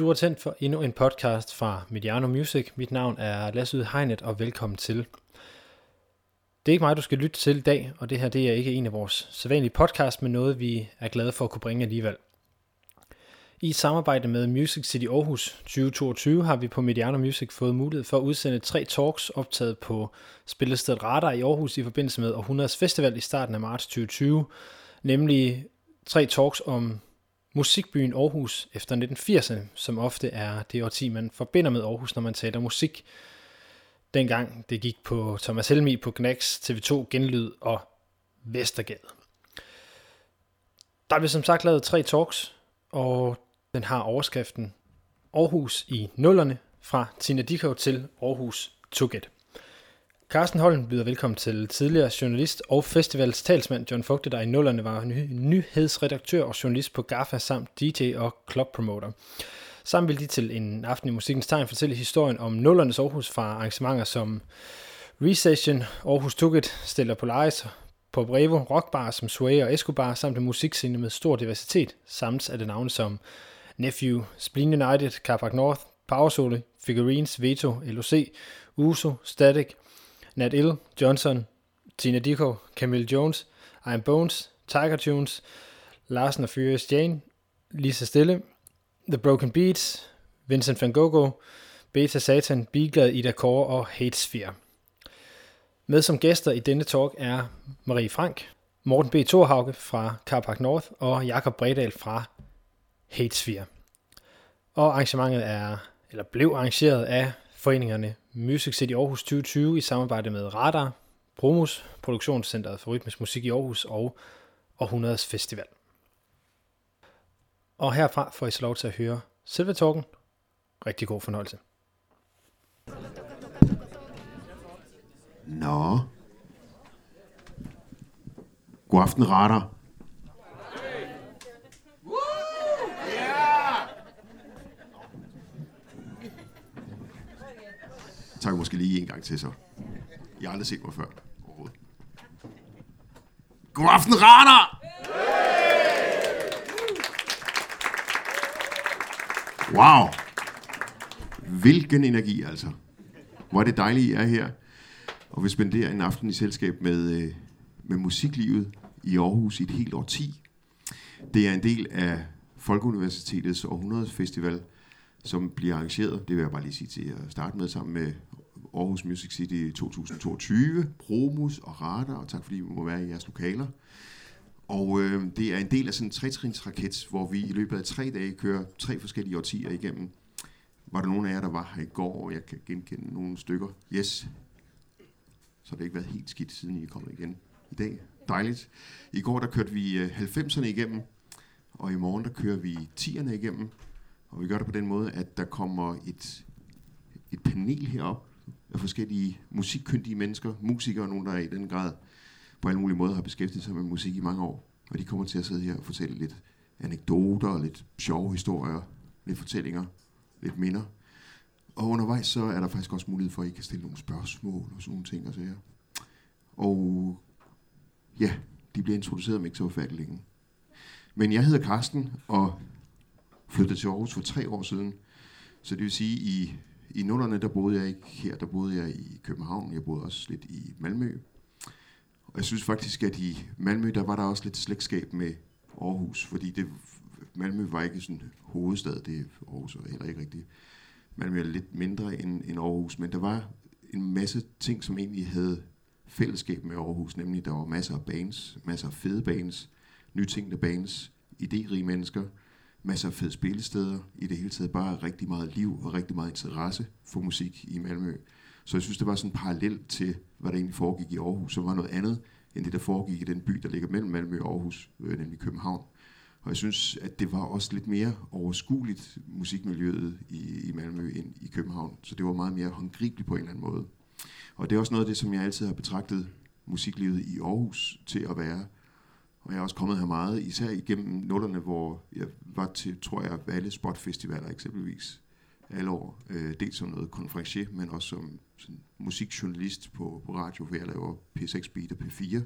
Du er tændt for endnu en podcast fra Mediano Music. Mit navn er Lasse Heinet, og velkommen til. Det er ikke mig, du skal lytte til i dag, og det her det er ikke en af vores sædvanlige podcast, men noget, vi er glade for at kunne bringe alligevel. I samarbejde med Music City Aarhus 2022 har vi på Mediano Music fået mulighed for at udsende 3 talks optaget på spillestedet Radar i Aarhus i forbindelse med Århundredets Festival i starten af marts 2020, nemlig 3 talks om musikbyen Aarhus efter 1980'erne, som ofte er det årti, man forbinder med Aarhus, når man taler musik. Dengang det gik på Thomas Helmig på Gnax, TV2, Genlyd og Vestergade. Der blev som sagt lavet 3 talks, og den har overskriften Aarhus i nullerne fra Tina Dickow til Aarhus Took It. Carsten Holm byder velkommen til tidligere journalist og festivals talsmand John Fogte, der i nullerne var nyhedsredaktør og journalist på GAFFA samt DJ og clubpromoter. Sammen vil de til en aften i Musikkens Tegn fortælle historien om nullernes Aarhus fra arrangementer som Recession, Aarhus Took It, Stella Polaris, på Brevo, rockbar som Sway og Escobar, samt en musikscene med stor diversitet, samt af det navne som Nephew, Spleen United, Carpark North, Power Solo, Figurines, Veto, LOC, Uso, Static, Nat Ill, Johnson, Tina Dickow, Camille Jones, Iron Bones, Tiger Tunes, Larsen og Furious Jane, Lisa Stille, The Broken Beats, Vincent van Gogh, Beta Satan, Biglad, Ida Kåre og Hatesphere. Med som gæster i denne talk er Marie Frank, Morten B. Thorhauge fra Carpark North og Jakob Bredal fra Hatesphere. Og arrangementet blev arrangeret af foreningerne Music City Aarhus 2020 i samarbejde med Radar, Promus, Produktionscenteret for Rytmisk Musik i Aarhus og Århundredets Festival. Og herfra får I så lov til at høre selve talken. Rigtig god fornøjelse. Nå. God aften, Radar. Tak måske lige en gang til så. Jeg har aldrig set mig før overhovedet. God aften, Radar! Wow! Hvilken energi altså. Hvor er det dejligt, I er her. Og vi spenderer en aften i selskab med musiklivet i Aarhus i et helt årti. Det er en del af Folkeuniversitetets Århundredets Festival, som bliver arrangeret, det vil jeg bare lige sige til at starte med, sammen med Aarhus Music City 2022, Promus og Radar, og tak fordi vi må være i jeres lokaler. Og det er en del af sådan en 3-trinsraket, hvor vi i løbet af 3 dage kører 3 forskellige årtier igennem. Var der nogen af jer, der var her i går, og jeg kan genkende nogle stykker? Yes. Så har det ikke været helt skidt, siden I er kommet igen i dag. Dejligt. I går der kørte vi 90'erne igennem, og i morgen der kører vi 10'erne igennem. Og vi gør det på den måde, at der kommer et panel herop af forskellige musikkyndige mennesker, musikere og nogen, der i den grad på alle mulige måder har beskæftiget sig med musik i mange år. Og de kommer til at sidde her og fortælle lidt anekdoter, lidt sjove historier, lidt fortællinger, lidt minder. Og undervejs så er der faktisk også mulighed for, at I kan stille nogle spørgsmål og sådan nogle ting og sager. Og ja, de bliver introduceret om ikke så forfærdeligt længe. Men jeg hedder Carsten og flyttede til Aarhus for 3 år siden. Så det vil sige, i nullerne, der boede jeg ikke her, der boede jeg i København. Jeg boede også lidt i Malmø. Og jeg synes faktisk, at i Malmø, der var der også lidt slægtskab med Aarhus, fordi Malmø var ikke sådan hovedstad, det er Aarhus heller ikke rigtigt. Malmø er lidt mindre end Aarhus, men der var en masse ting, som egentlig havde fællesskab med Aarhus, nemlig der var masser af bands, masser af fede bands, nytænkende bands, idérige mennesker, masser af fede spillesteder, i det hele taget bare rigtig meget liv og rigtig meget interesse for musik i Malmø. Så jeg synes, det var sådan en parallel til, hvad der egentlig foregik i Aarhus, som var noget andet end det, der foregik i den by, der ligger mellem Malmø og Aarhus, nemlig København. Og jeg synes, at det var også lidt mere overskueligt musikmiljøet i Malmø end i København. Så det var meget mere håndgribeligt på en eller anden måde. Og det er også noget af det, som jeg altid har betragtet musiklivet i Aarhus til at være. Og jeg er også kommet her meget, især igennem nullerne, hvor jeg var til, tror jeg, alle spotfestivaler eksempelvis alle år. Dels som noget konferencier, men også som sådan, musikjournalist på radio, hvor jeg laver P6 Beat og P4.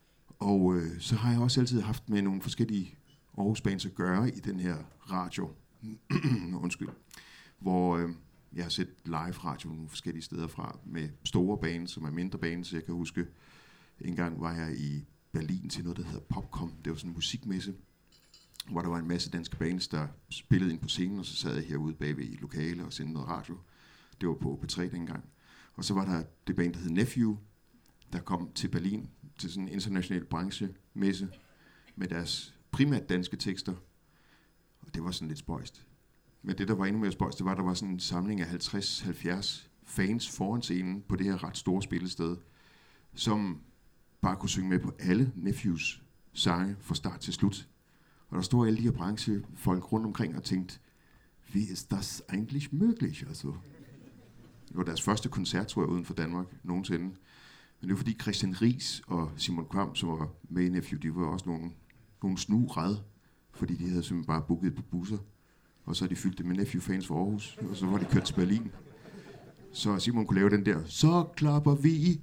Og så har jeg også altid haft med nogle forskellige Aarhus bands at gøre i den her radio. Undskyld. Hvor jeg har set live radio nogle forskellige steder fra, med store bands, som er mindre bands. Jeg kan huske, en gang var jeg i Berlin til noget, der hedder Popcom. Det var sådan en musikmesse, hvor der var en masse danske bands, der spillede ind på scenen, og så sad jeg herude bagved i lokale og sendte noget radio. Det var på P3 dengang. Og så var der det band, der hed Nephew, der kom til Berlin til sådan en international branchemesse med deres primært danske tekster. Og det var sådan lidt spøjst. Men det, der var endnu mere spøjst, det var, at der var sådan en samling af 50-70 fans foran scenen på det her ret store spillested, som bare kunne synge med på alle Nephews sange fra start til slut. Og der stod alle de her branchefolk rundt omkring og tænkte, wie ist das eigentlich möglich? Altså, det var deres første koncert, tror jeg, uden for Danmark nogensinde. Men det var fordi Christian Riis og Simon Kvam, som var med i Nephew, de var også nogle snugrede, fordi de havde simpelthen bare booket på busser. Og så havde de fyldt det med Nephew-fans fra Aarhus, og så var de kørt til Berlin. Så Simon kunne lave den der, så klapper vi.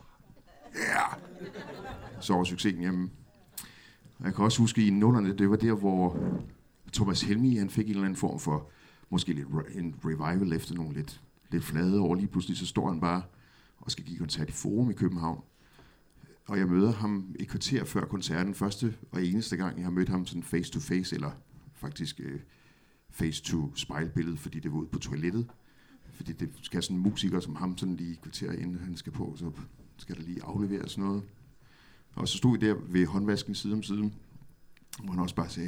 Ja! Så var succesen hjemme. Og jeg kan også huske i 0'erne, det var der, hvor Thomas Helmig, han fik en eller anden form for, måske lidt en revival efter nogle lidt flade år. Lige pludselig så står han bare og skal give koncert i Forum i København. Og jeg møder ham et kvarter før koncerten. Første og eneste gang, jeg har mødt ham sådan face to face, eller faktisk face to spejlbillede, fordi det var ude på toilettet. Fordi det skal sådan en musiker som ham sådan lige et kvarter inden han skal på, så skal der lige afleveres noget. Og så stod vi der ved håndvasken side om side, hvor han også bare sagde,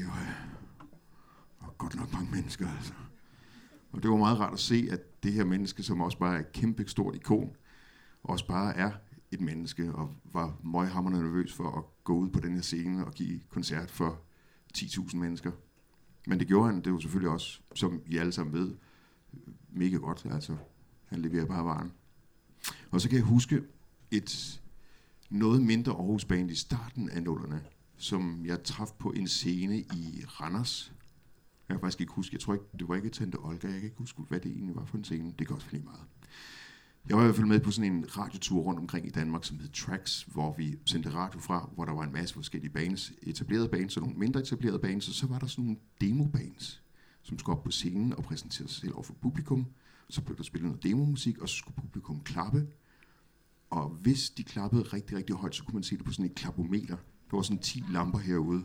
godt nok mange mennesker, altså. Og det var meget rart at se, at det her menneske, som også bare er et kæmpe stort ikon, også bare er et menneske, og var møghamrende nervøs for at gå ud på den her scene og give koncert for 10.000 mennesker. Men det gjorde han, det var selvfølgelig også, som I alle sammen ved, mega godt. Altså, han leverer bare varen. Og så kan jeg huske et noget mindre Aarhus band i starten af 0'erne, som jeg traf på en scene i Randers. Jeg kan faktisk ikke huske, jeg tror ikke, det var ikke Tante Olga, jeg kan ikke huske, hvad det egentlig var for en scene. Det kan også blive meget. Jeg var i hvert fald med på sådan en radiotur rundt omkring i Danmark, som hed Tracks, hvor vi sendte radio fra, hvor der var en masse forskellige bands, etablerede bands og nogle mindre etablerede bands, og så var der sådan nogle demobands, som skulle op på scenen og præsentere sig selv over for publikum. Så blev der spillet noget demomusik, og så skulle publikum klappe. Og hvis de klappede rigtig, rigtig højt, så kunne man se det på sådan et klapometer. Der var sådan 10 lamper herude.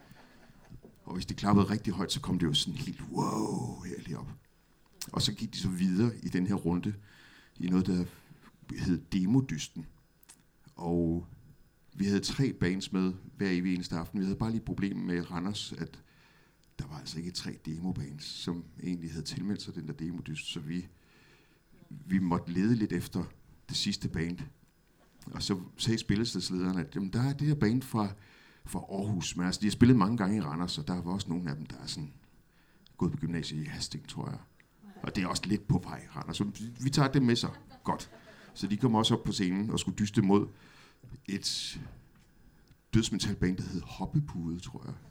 Og hvis de klappede rigtig højt, så kom det jo sådan helt wow her lige op. Og så gik de så videre i den her runde i noget, der hed Demodysten. Og vi havde 3 bands med hver evig eneste aften. Vi havde bare lige et problem med Randers, at der var altså ikke 3 demobands, som egentlig havde tilmeldt sig den der demodyst. Så vi måtte lede lidt efter det sidste band. Og så sagde spillestedslederen, at jamen, der er det her band fra Aarhus. Men altså, de har spillet mange gange i Randers, og der var også nogle af dem, der er sådan gået på gymnasiet i Hasting, tror jeg. Og det er også lidt på vej, Randers. Så vi tager det med sig. Godt. Så de kom også op på scenen og skulle dyste mod et dødsmetalband, der hed Hoppepude, tror jeg.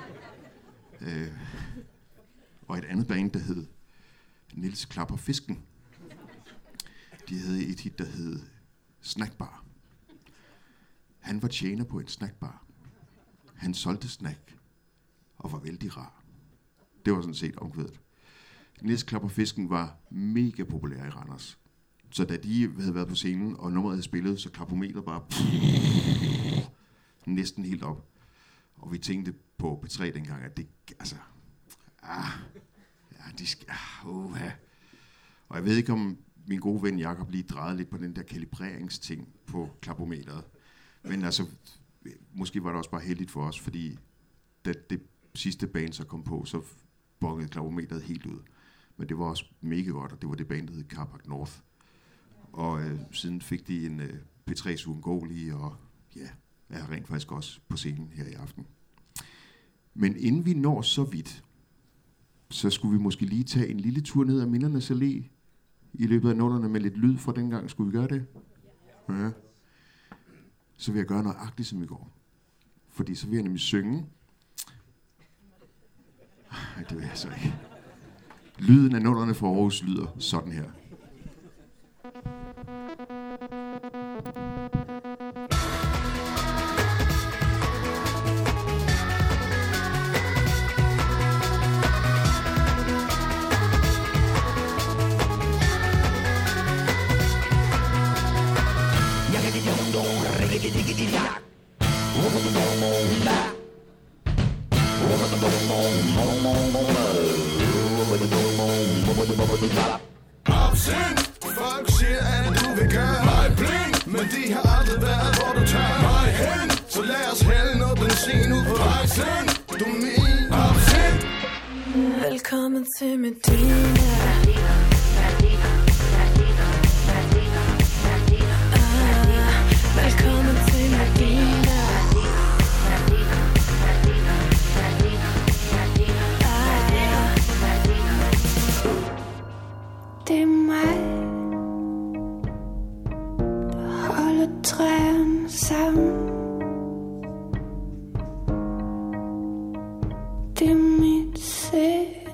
Og et andet band, der hed Niels Klapper Fisken. De havde et hit, der hed Snackbar. Han var tjener på en snackbar. Han solgte snack og var vældig rar. Det var sådan set omkvædet. Niels Klapper Fisken var mega populær i Randers. Så da de havde været på scenen, og nummeret havde spillet, så klapometeret bare næsten helt op. Og vi tænkte på P3 dengang, at det, altså, de skal, Og jeg ved ikke, om min gode ven Jakob lige drejede lidt på den der kalibreringsting på klapometeret. Men altså, måske var det også bare heldigt for os, fordi da det sidste band så kom på, så bongede klapometeret helt ud. Men det var også mega godt, og det var det band, der hed Carpark North. Og siden fik de en P3's uundgåelige, og ja, jeg er rent faktisk også på scenen her i aften. Men inden vi når så vidt, så skulle vi måske lige tage en lille tur ned ad Mindernes Allé i løbet af 0'erne med lidt lyd fra dengang. Skulle vi gøre det? Ja. Så vil jeg gøre nøjagtigt som i går. Fordi så vil jeg nemlig synge. Nej, det vil jeg så ikke. Lyden af 0'erne fra Aarhus lyder sådan her. Opsend, folk siger, at du vil gøre mig blind, men de har aldrig været, hvor du tager mig hen. Så lad os hælde noget benzin ud på rejsen. Du er min opsend. Velkommen til Medina. Velkommen til Medina. Det er mig, der holder træerne sammen. Det er mit sind,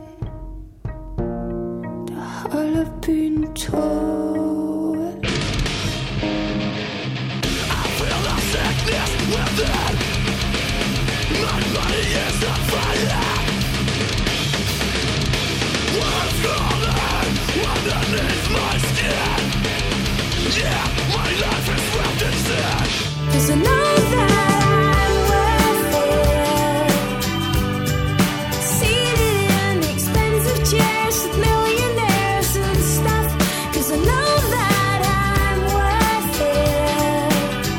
der holder byen tåget. I feel the sickness within. My body is on fire. What's calling underneath my skin? Yeah, my life is wrapped in sin. 'Cause I know that I'm worth it. Seated in expensive chairs with millionaires and stuff. 'Cause I know that I'm worth it.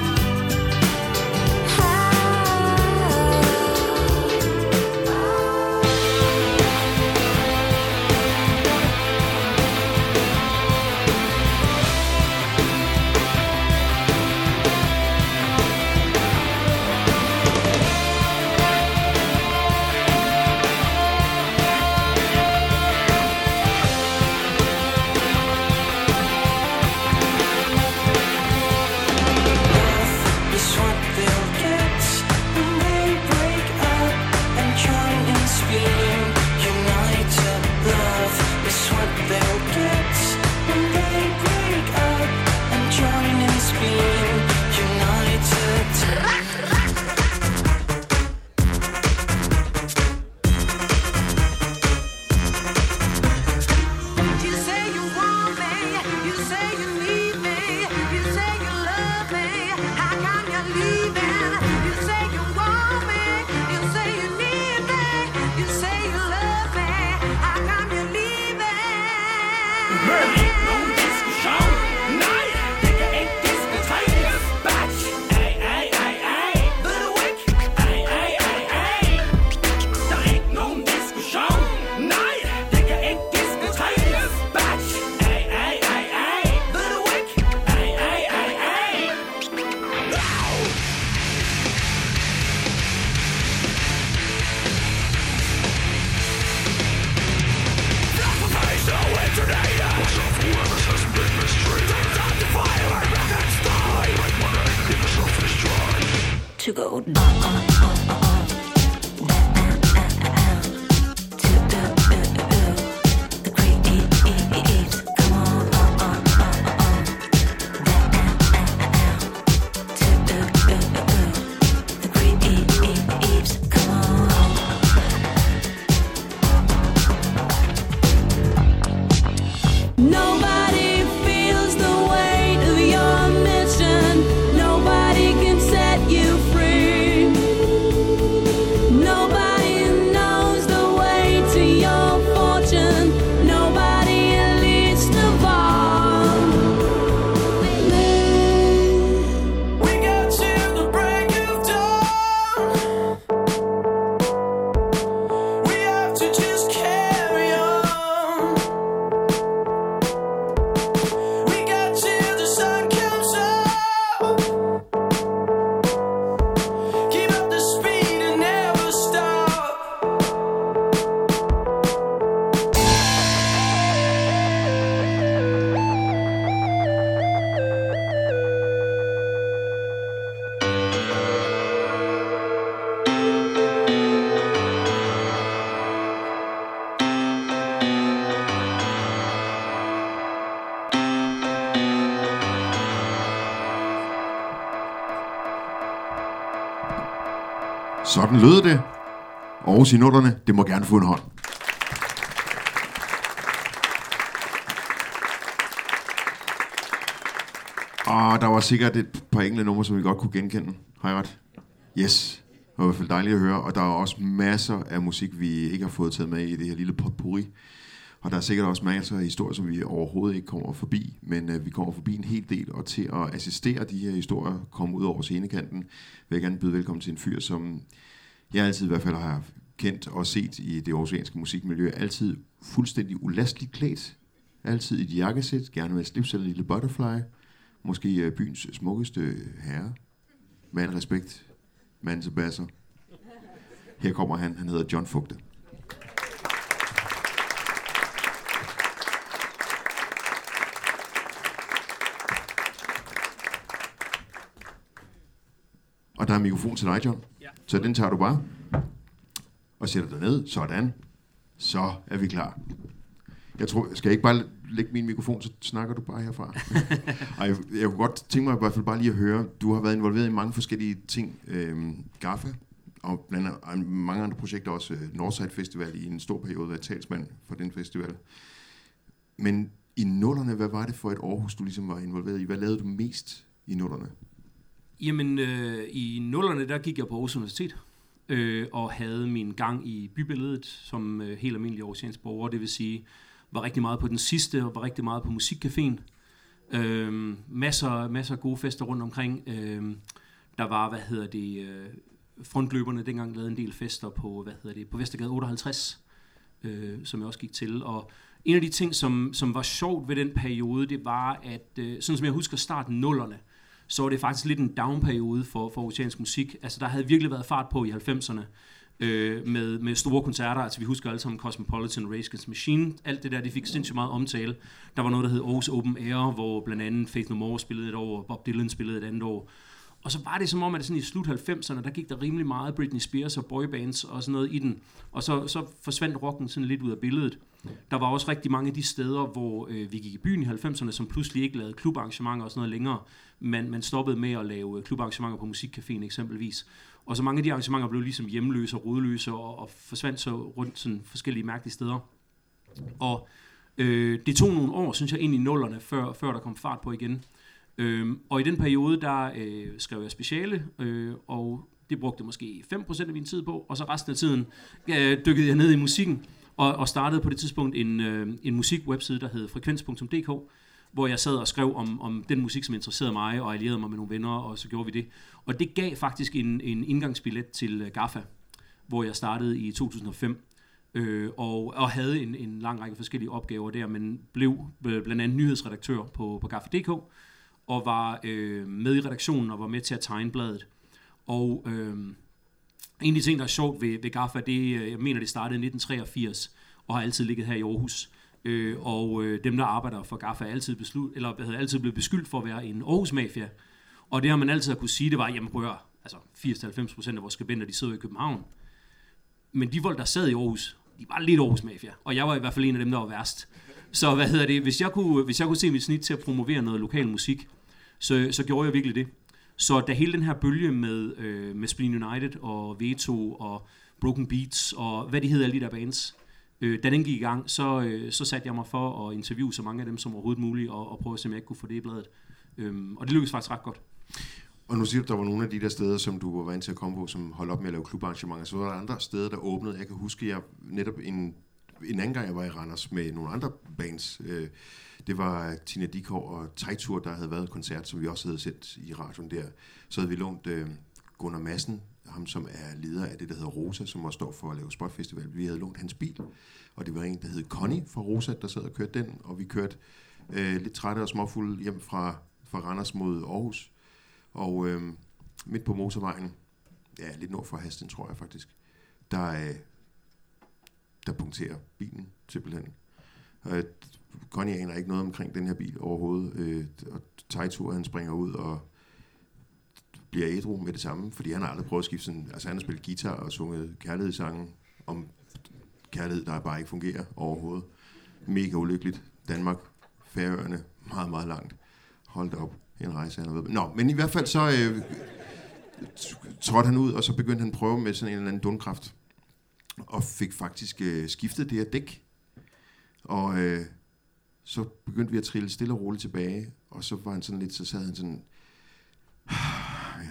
Is what they'll get when they break up and join and scream. United love is what they'll get when they break up and join and scream. United. You say you want me, you say you need me, you say you love me, how come you're leaving? You say you want me, you say you need me, you say you love me, how come you're leaving? Nogen diskussion, nej, det kan ikke diskuteres. Batch, ay, ay, ay, ay. Ved du ikke? Ay, ay, ay, ay. Der er ikke nogen diskussion, nej, det kan ikke diskuteres. Batch, ay, ay, ay, ay. Ved du ikke? Ay, ay, ay, ay. Au! To go the creeps, come on, the creeps, come on. Nobody feels the weight of your mission. Nobody can set you free. Nobody knows the way to your fortune. Nobody least of all. We got till the break of dawn. We have to just carry on. We got till the sun comes up. Keep up the speed and never stop. Sådan lød det. Aarhus i nullerne, det må gerne få en hånd. Og der var sikkert et par enkelte numre, som vi godt kunne genkende. Har jeg ret? Yes, det var i hvert fald dejligt at høre, og der er også masser af musik, vi ikke har fået taget med i det her lille potpourri. Og der er sikkert også masser af historier, som vi overhovedet ikke kommer forbi, men vi kommer forbi en hel del, og til at assistere de her historier, komme ud over scenekanten, vil jeg gerne byde velkommen til en fyr, som jeg altid i hvert fald har kendt og set i det aarhusianske musikmiljø, altid fuldstændig ulasteligt klædt, altid i et jakkesæt, gerne med et slips eller en lille butterfly, måske byens smukkeste herre, med al respekt, mand til basser. Her kommer han hedder John Fugte. Og der er en mikrofon til dig, John. Ja. Så den tager du bare. Og sætter dig ned. Sådan. Så er vi klar. Jeg tror, skal jeg ikke bare lægge min mikrofon, så snakker du bare herfra. Jeg kunne godt tænke mig i hvert fald bare lige at høre, du har været involveret i mange forskellige ting. GAFA, og blandt andet mange andre projekter, også Northside Festival i en stor periode, været talsmand for den festival. Men i nullerne, hvad var det for et Aarhus, du ligesom var involveret i? Hvad lavede du mest i nullerne? Jamen, i nullerne, der gik jeg på Aarhus Universitet, og havde min gang i bybilledet som helt almindelig aarhusiansk borger, det vil sige, var rigtig meget på den sidste, og var rigtig meget på musikcaféen. Masser af gode fester rundt omkring. Der var, frontløberne dengang lavede en del fester på, på Vestergade 58, som jeg også gik til. Og en af de ting, som var sjovt ved den periode, det var, at sådan som jeg husker starten nullerne, så var det faktisk lidt en down-periode for aarhusiansk musik. Altså, der havde virkelig været fart på i 90'erne med store koncerter. Altså, vi husker alle sammen Cosmopolitan, Rage Against the Machine. Alt det der, det fik sindssygt meget omtale. Der var noget, der hed Aarhus Open Air, hvor blandt andet Faith No More spillede et år, Bob Dylan spillede et andet år. Og så var det som om, at sådan i slut 90'erne, der gik der rimelig meget Britney Spears og boybands og sådan noget i den. Og så forsvandt rocken sådan lidt ud af billedet. Der var også rigtig mange af de steder, hvor vi gik i byen i 90'erne, som pludselig ikke lavede klubarrangementer og sådan noget længere. Man stoppede med at lave klubarrangementer på musikcaféen eksempelvis. Og så mange af de arrangementer blev ligesom hjemløse og rodløse og forsvandt så rundt sådan forskellige mærkelige steder. Og det tog nogle år, synes jeg, ind i nullerne, før der kom fart på igen. Og i den periode, der skrev jeg speciale, og det brugte måske 5% af min tid på, og så resten af tiden dykkede jeg ned i musikken, og startede på det tidspunkt en musikwebside, der hed frekvens.dk, hvor jeg sad og skrev om den musik, som interesserede mig, og allierede mig med nogle venner, og så gjorde vi det. Og det gav faktisk en indgangsbillet til GAFA, hvor jeg startede i 2005, og havde en lang række forskellige opgaver der, men blev blandt andet nyhedsredaktør på GAFA.dk, og var med i redaktionen og var med til at tegne bladet. Og en af de ting, der er sjovt ved GAFA, jeg mener, det startede i 1983, og har altid ligget her i Aarhus. Og dem, der arbejder for GAFA, er altid blevet beskyldt for at være en Aarhus-mafia. Og det har man altid kunne sige, det var, jamen prøv altså 80-90% af vores skribenter, de sidder i København. Men de folk, der sad i Aarhus, de var lidt Aarhus-mafia. Og jeg var i hvert fald en af dem, der var værst. Så hvis jeg kunne se mit snit til at promovere noget lokal musik, så gjorde jeg virkelig det. Så da hele den her bølge med Spleen United og Veto og Broken Beats og hvad de hedder, alle de der bands, da den gik i gang, så satte jeg mig for at interviewe så mange af dem som overhovedet muligt og prøve at se, om jeg ikke kunne få det i bladet. Og det lykkedes faktisk ret godt. Og nu siger du, der var nogle af de der steder, som du var vant til at komme på, som holdt op med at lave klubarrangementer. Så var der andre steder, der åbnede. Jeg kan huske, jeg netop en anden gang, jeg var i Randers med nogle andre bands. Det var Tina Dickow og Tejtur, der havde været koncert, som vi også havde set i radioen der. Så havde vi lånt Gunnar Madsen, ham som er leder af det, der hedder Rosa, som også står for at lave Spotfestival. Vi havde lånt hans bil, og det var en, der hed Connie fra Rosa, der sad og kørte den, og vi kørte lidt trætte og småfulde hjem fra Randers mod Aarhus. Og midt på motorvejen, lidt nord for Hasten, tror jeg faktisk, der punkterer bilen simpelthen. Connie aner ikke noget omkring den her bil overhovedet, og Tejtur, han springer ud og bliver ædru med det samme, fordi han har aldrig prøvet at skifte sådan, altså han har spillet guitar og sunget kærlighedssange om kærlighed, der bare ikke fungerer overhovedet. Mega ulykkeligt. Danmark, Færøerne, meget, meget langt. Hold da op, en rejse, han har været. Nå, men i hvert fald så trådte han ud, og så begyndte han at prøve med sådan en eller anden dundkraft, og fik faktisk skiftet det her dæk. Og så begyndte vi at trille stille og roligt tilbage, og så var han sådan lidt, så sad han sådan,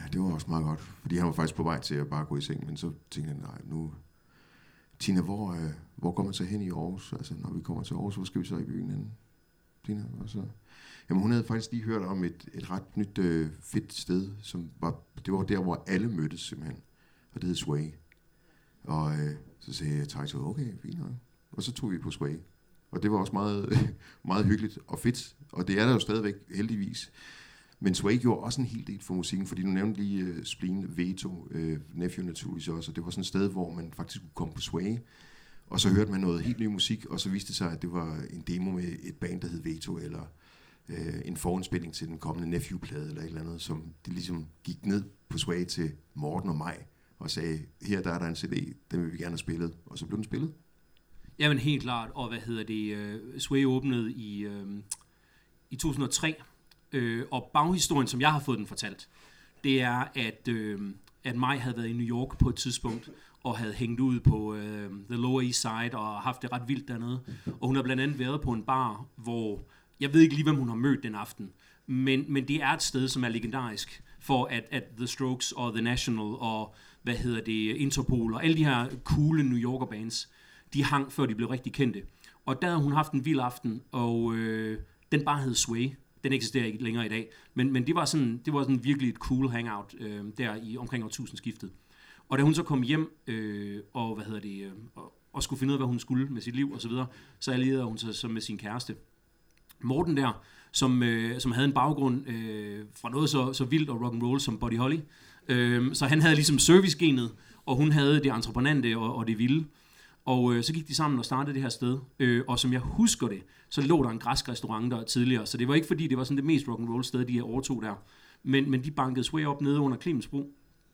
det var også meget godt, fordi han var faktisk på vej til at bare gå i seng, men så tænkte jeg, nej, nu... Tina, hvor går man så hen i Aarhus? Altså, når vi kommer til Aarhus, hvor skal vi så i byen hen? Tina, og så... Jamen, hun havde faktisk lige hørt om et ret nyt fedt sted, det var der, hvor alle mødtes simpelthen, og det hed Sway. Og så sagde jeg, Taito, okay, fint nok. Og så tog vi på Sway. Og det var også meget, meget hyggeligt og fedt, og det er der jo stadigvæk heldigvis. Men Sway gjorde også en hel del for musikken, fordi du nævnte lige Spleen, Veto, Nephew naturligvis også, og det var sådan et sted, hvor man faktisk kunne komme på Sway, og så hørte man noget helt ny musik, og så viste det sig, at det var en demo med et band, der hed Veto, eller en forindspilning til den kommende Nephew-plade, eller et eller andet, som de ligesom gik ned på Sway til Morten og mig, og sagde, her der er der en CD, den vil vi gerne have spillet, og så blev den spillet. Jamen helt klart, og Sway åbnede i 2003, og baghistorien, som jeg har fået den fortalt, det er, at Maj havde været i New York på et tidspunkt, og havde hængt ud på The Lower East Side, og haft det ret vildt dernede. Og hun har blandt andet været på en bar, hvor, jeg ved ikke lige, hvem hun har mødt den aften, men det er et sted, som er legendarisk, for at The Strokes og The National, og Interpol, og alle de her coole New Yorker bands, de hang, før de blev rigtig kendte. Og der havde hun haft en vild aften, og den bar hed Sway. Den eksisterer ikke længere i dag, men det var sådan virkelig et cool hangout der i omkring årtusindskiftet. Og da hun så kom hjem og skulle finde ud af, hvad hun skulle med sit liv og så videre, så allierede hun sig så med sin kæreste Morten der, som havde en baggrund fra noget så vildt og rock and roll som Buddy Holly. Så han havde ligesom servicegenet, og hun havde det entreprenante og det vilde. Og så gik de sammen og startede det her sted. Og som jeg husker det, så lå der en græsk restaurant der tidligere. Så det var ikke fordi, det var sådan det mest rock'n'roll sted, de her overtog der. Men de bankede Sway op nede under Clemensbro.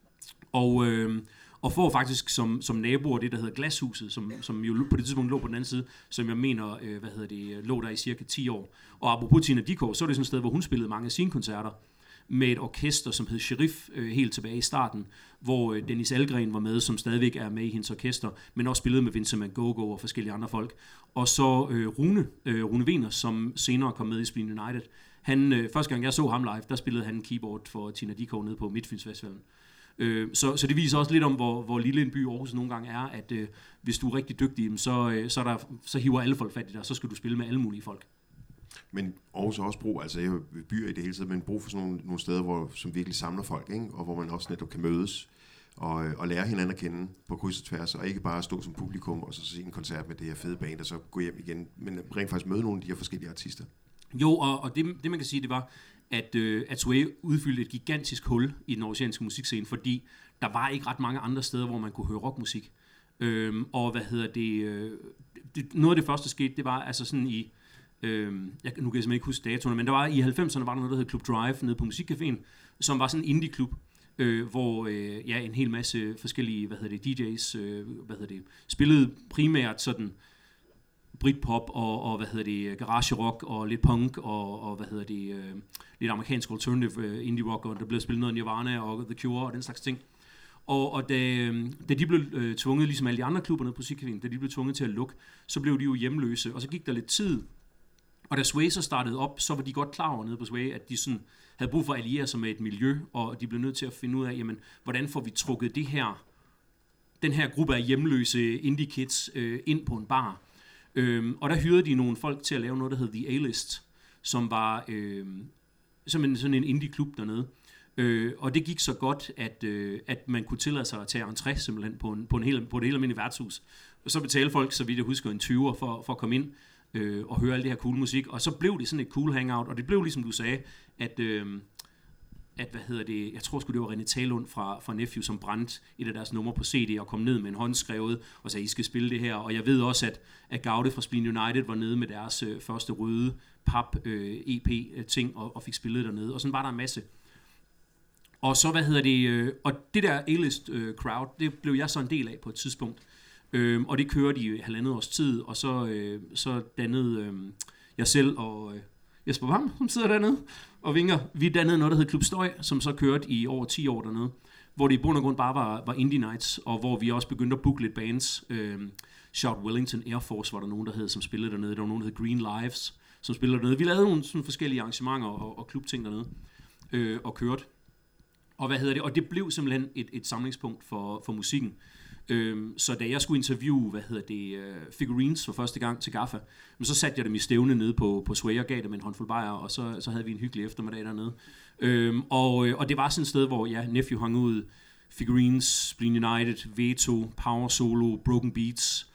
Og får faktisk som naboer det, der hedder Glashuset, som jo på det tidspunkt lå på den anden side, som jeg mener, lå der i cirka 10 år. Og apropos Tina Dickow, så er det sådan et sted, hvor hun spillede mange af sine koncerter, med et orkester, som hed Sheriff, helt tilbage i starten, hvor Dennis Algren var med, som stadigvæk er med i hendes orkester, men også spillede med Vincent Van Gogh og forskellige andre folk. Og så Rune Wiener, som senere kom med i Spleen United. Første gang jeg så ham live, der spillede han keyboard for Tina Dickow nede på Midtfyns Festivalen. Så det viser også lidt om, hvor lille en by Aarhus nogle gange er, at hvis du er rigtig dygtig, så hiver alle folk fat i dig, så skal du spille med alle mulige folk. Men Aarhus har også brug, altså jeg byer i det hele taget, men brug for sådan nogle steder, som virkelig samler folk, ikke? Og hvor man også netop kan mødes og lære hinanden at kende på kryds og tværs, og ikke bare stå som publikum og så se en koncert med det her fede band, og så gå hjem igen, men rent faktisk møde nogle af de her forskellige artister. Jo, og det man kan sige, det var, at Sway udfyldte et gigantisk hul i den aarhusianske musikscene, fordi der var ikke ret mange andre steder, hvor man kunne høre rockmusik. Noget af det første, der skete, det var altså sådan i nu kan jeg simpelthen ikke huske datoerne, men der var i 90'erne var der noget, der hed Club Drive nede på Musikcaféen, som var sådan en indie-klub, hvor en hel masse forskellige DJ's spillede primært sådan Britpop og garage rock og lidt punk og lidt amerikansk alternative indie rock, og der blev spillet noget Nirvana og The Cure og den slags ting. Og da de blev tvunget, ligesom alle de andre klubber nede på Musikcaféen, da de blev tvunget til at lukke, så blev de jo hjemløse, og så gik der lidt tid. Og da Sway så startede op, så var de godt klar over nede på Sway, at de sådan havde brug for at alliere sig med et miljø, og de blev nødt til at finde ud af, jamen, hvordan får vi trukket den her gruppe af hjemløse indie kids ind på en bar. Og der hyrede de nogle folk til at lave noget, der hed The A-List, som var sådan en indie-klub dernede. Og det gik så godt, at man kunne tillade sig at tage entré simpelthen på et helt almindeligt værtshus. Og så betalte folk, så vidt jeg husker, en 20'er for at komme ind og høre alt det her cool musik. Og så blev det sådan et cool hangout, og det blev ligesom du sagde, at jeg tror sgu det var René Talund fra Nephew, som brændte et af deres numre på CD og kom ned med en håndskrevet og sagde, I skal spille det her. Og jeg ved også, at Gaude fra Spleen United var nede med deres første røde pap EP-ting og fik spillet dernede. Og sådan var der en masse. Og så, og det der A-list crowd, det blev jeg så en del af på et tidspunkt. Og det kørte i 1,5 års tid, og så dannede jeg selv og Jesper Vam, som sidder dernede og vinker. Vi dannede noget, der hed Klub Støj, som så kørte i over 10 år dernede, hvor det i bund og grund bare var indie nights, og hvor vi også begyndte at booke lidt bands. Shout Wellington Air Force var der nogen, der hed, som spillede dernede. Der var nogen, der hed Green Lives, som spillede dernede. Vi lavede nogle sådan forskellige arrangementer og klubting dernede og kørte. Og og det blev simpelthen et samlingspunkt for musikken. Så da jeg skulle interviewe, Figurines for første gang til Gaffa, så satte jeg dem i stævne nede på Sway og gav dem en håndfuld bajer, og så havde vi en hyggelig eftermiddag dernede. Og det var sådan et sted, hvor Nephew hang ud, Figurines, Spleen United, Veto, Power Solo, Broken Beats.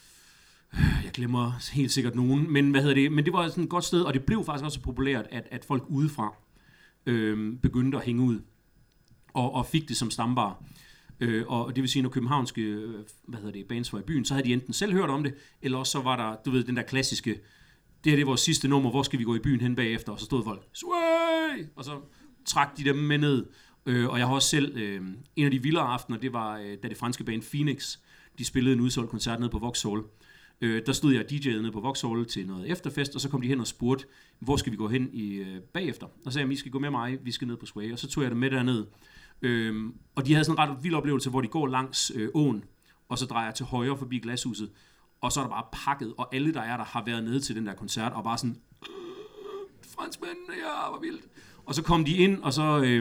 Jeg glemmer helt sikkert nogen, men men det var sådan et godt sted, og det blev faktisk også så populært, at folk udefra begyndte at hænge ud og fik det som stambar. Og det vil sige, når københavnske bands var i byen, så havde de enten selv hørt om det, eller også så var der, den der klassiske, det er vores sidste nummer, hvor skal vi gå i byen hen bagefter, og så stod folk, Sway! Og så trak de dem med ned. Og jeg har også selv, en af de vildere aftener, det var, da det franske band Phoenix, de spillede en udsolgt koncert nede på Vauxhall. Der stod jeg og DJ'ede nede på Vauxhall til noget efterfest, og så kom de hen og spurgte, hvor skal vi gå hen bagefter? Og så sagde jeg, I skal gå med mig, vi skal ned på Sway, og så tog jeg dem med derned. Og de havde sådan en ret vild oplevelse, hvor de går langs åen, og så drejer til højre forbi Glashuset, og så er der bare pakket, og alle der har været nede til den der koncert, og bare sådan, franskmændene, ja, hvor vildt. Og så kom de ind, og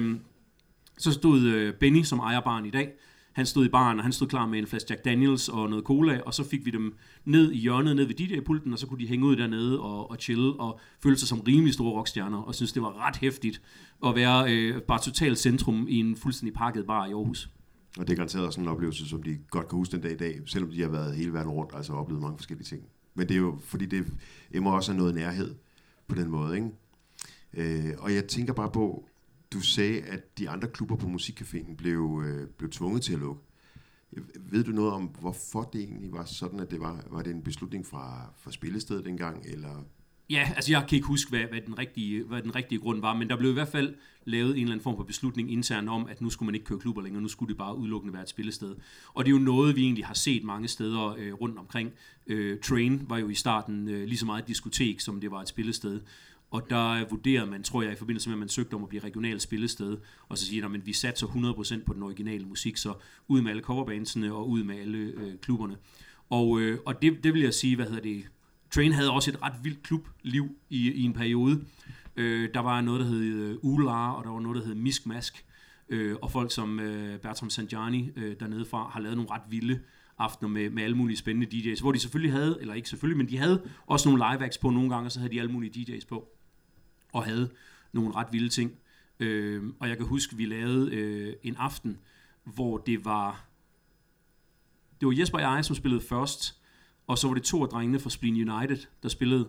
så stod Benny, som ejer baren i dag, han stod i baren, og han stod klar med en flaske Jack Daniels og noget cola, og så fik vi dem ned i hjørnet, ned ved DJ-pulten, og så kunne de hænge ud dernede og chille, og føle sig som rimelig store rockstjerner, og synes det var ret hæftigt at være bare totalt centrum i en fuldstændig pakket bar i Aarhus. Og det er garanteret også en oplevelse, som de godt kan huske den dag i dag, selvom de har været hele verden rundt, altså oplevet mange forskellige ting. Men det er jo, fordi det må også have noget nærhed på den måde, ikke? Og jeg tænker bare på, du sagde, at de andre klubber på Musikcaféen blev tvunget til at lukke. Ved du noget om, hvorfor det egentlig var sådan, at det var det en beslutning fra spillestedet dengang, eller? Ja, altså jeg kan ikke huske, hvad den rigtige grund var, men der blev i hvert fald lavet en eller anden form for beslutning internt om, at nu skulle man ikke køre klubber længere, nu skulle det bare udelukkende være et spillested. Og det er jo noget, vi egentlig har set mange steder rundt omkring. Train var jo i starten lige så meget et diskotek, som det var et spillested. Og der vurderede man, tror jeg, i forbindelse med, at man søgte om at blive regionalt spillested, og så siger man, at vi satser 100% på den originale musik, så ud med alle coverbandsene og ud med alle klubberne. Og det vil jeg sige, Train havde også et ret vildt klubliv i en periode. Der var noget, der hed Ular, og der var noget, der hed Miskmask, og folk som Bertram Sanjani dernede fra har lavet nogle ret vilde aftener med alle mulige spændende DJ's, hvor de selvfølgelig havde, eller ikke selvfølgelig, men de havde også nogle live acts på nogle gange, og så havde de alle mulige DJ's på, og havde nogle ret vilde ting. Og jeg kan huske, vi lavede en aften, hvor det var Jesper og jeg, som spillede først, og så var det 2 af drengene fra Spleen United, der spillede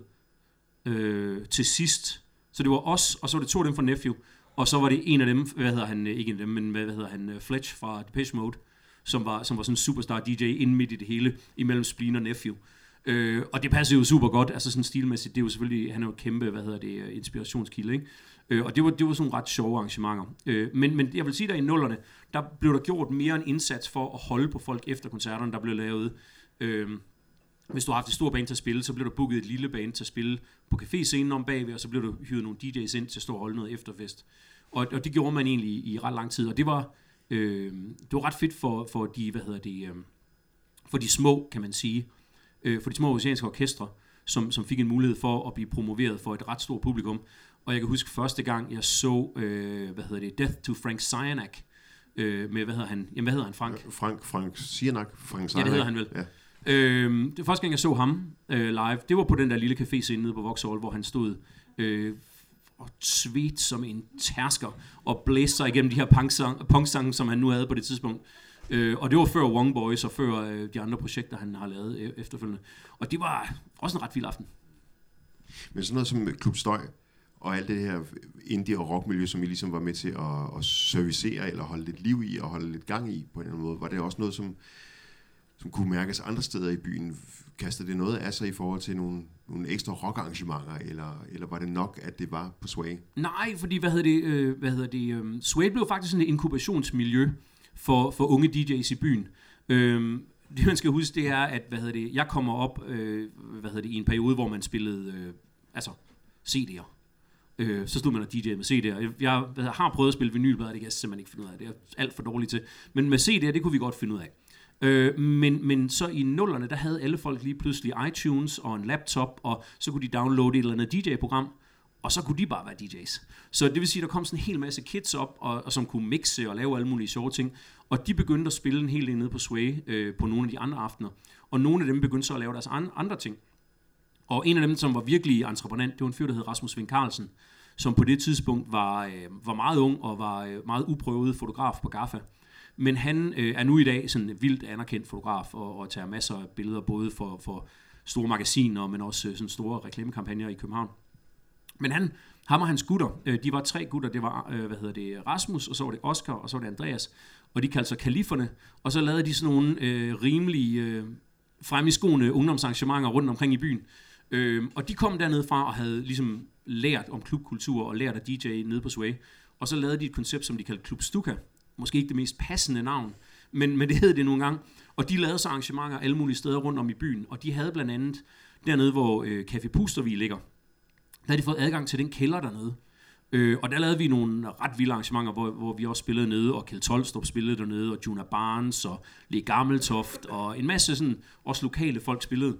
til sidst. Så det var os, og så var det 2 af dem fra Nephew, og så var det en af dem, Fletch fra Depeche Mode, som var sådan en superstar DJ inde midt i det hele, imellem Spleen og Nephew. Og det passer jo super godt, altså sådan stilmæssigt, det er jo selvfølgelig, han er jo kæmpe, inspirationskilde, ikke? Og det var sådan nogle ret sjove arrangementer. Men jeg vil sige, der i 00'erne, der blev der gjort mere en indsats for at holde på folk efter koncerterne, der blev lavet. Hvis du har haft et stort band til at spille, så blev der booket et lille band til at spille på caféscenen om bagved, og så blev der hyret nogle DJ's ind til at stå og holde noget efterfest. Og det gjorde man egentlig i ret lang tid, og det var ret fedt for de, for de små, kan man sige, for de små oceanske orkestre, som fik en mulighed for at blive promoveret for et ret stort publikum. Og jeg kan huske første gang, jeg så, Death to Frank Sinatra, med, hvad hedder han, Frank? Frank Sinatra. Ja, det hedder han vel. Ja. Det første gang, jeg så ham live, det var på den der lille café-scene nede på Vauxhall, hvor han stod og svedt som en tærsker og blæste sig igennem de her punksange, som han nu havde på det tidspunkt. Og det var før Wong Boys og før de andre projekter, han har lavet efterfølgende. Og det var også en ret vild aften. Men sådan noget som Klub Støj og alt det her indie- og rockmiljø, som I ligesom var med til at servicere eller holde lidt liv i og holde lidt gang i på en eller anden måde, var det også noget, som kunne mærkes andre steder i byen? Kastede det noget af sig i forhold til nogle ekstra rockarrangementer, eller var det nok, at det var på Sway? Nej, fordi Sway blev faktisk sådan et inkubationsmiljø for unge DJ's i byen. Det man skal huske, det er, at jeg kommer op i en periode, hvor man spillede CD'er. Så stod man og DJ'ede med CD'er. Jeg har prøvet at spille vinylplader, det kan jeg simpelthen ikke finde ud af. Det er alt for dårligt til. Men med CD'er, det kunne vi godt finde ud af. Men så i 00'erne, der havde alle folk lige pludselig iTunes og en laptop, og så kunne de downloade et eller andet DJ-program, og så kunne de bare være DJ's. Så det vil sige, at der kom sådan en hel masse kids op, og som kunne mixe og lave alle mulige sjove ting. Og de begyndte at spille en hel del nede på Sway på nogle af de andre aftener. Og nogle af dem begyndte så at lave deres andre ting. Og en af dem, som var virkelig entreprenant, det var en fyr, der hed Rasmus Vind Carlsen, som på det tidspunkt var meget ung og var meget uprøvet fotograf på Gaffa. Men han er nu i dag sådan en vildt anerkendt fotograf og tager masser af billeder, både for store magasiner, men også sådan store reklamekampagner i København. Men ham og hans gutter, de var 3 gutter, det var Rasmus, og så var det Oscar, og så var det Andreas, og de kaldte sig Kaliferne, og så lavede de sådan nogle rimelig frem i skoene ungdomsarrangementer rundt omkring i byen. Og de kom dernede fra og havde ligesom lært om klubkultur og lært at DJ nede på Sway, og så lavede de et koncept, som de kaldte Klub Stuka. Måske ikke det mest passende navn, men det hed det nogle gange. Og de lavede så arrangementer alle mulige steder rundt om i byen, og de havde blandt andet dernede, hvor Café Pustervig ligger, der havde de fået adgang til den kælder dernede. Og der lavede vi nogle ret vilde arrangementer, hvor vi også spillede nede, og Kjeld Tolstrup spillede dernede, og Juna Barnes, og Le Gammeltoft, og en masse sådan, også lokale folk spillede.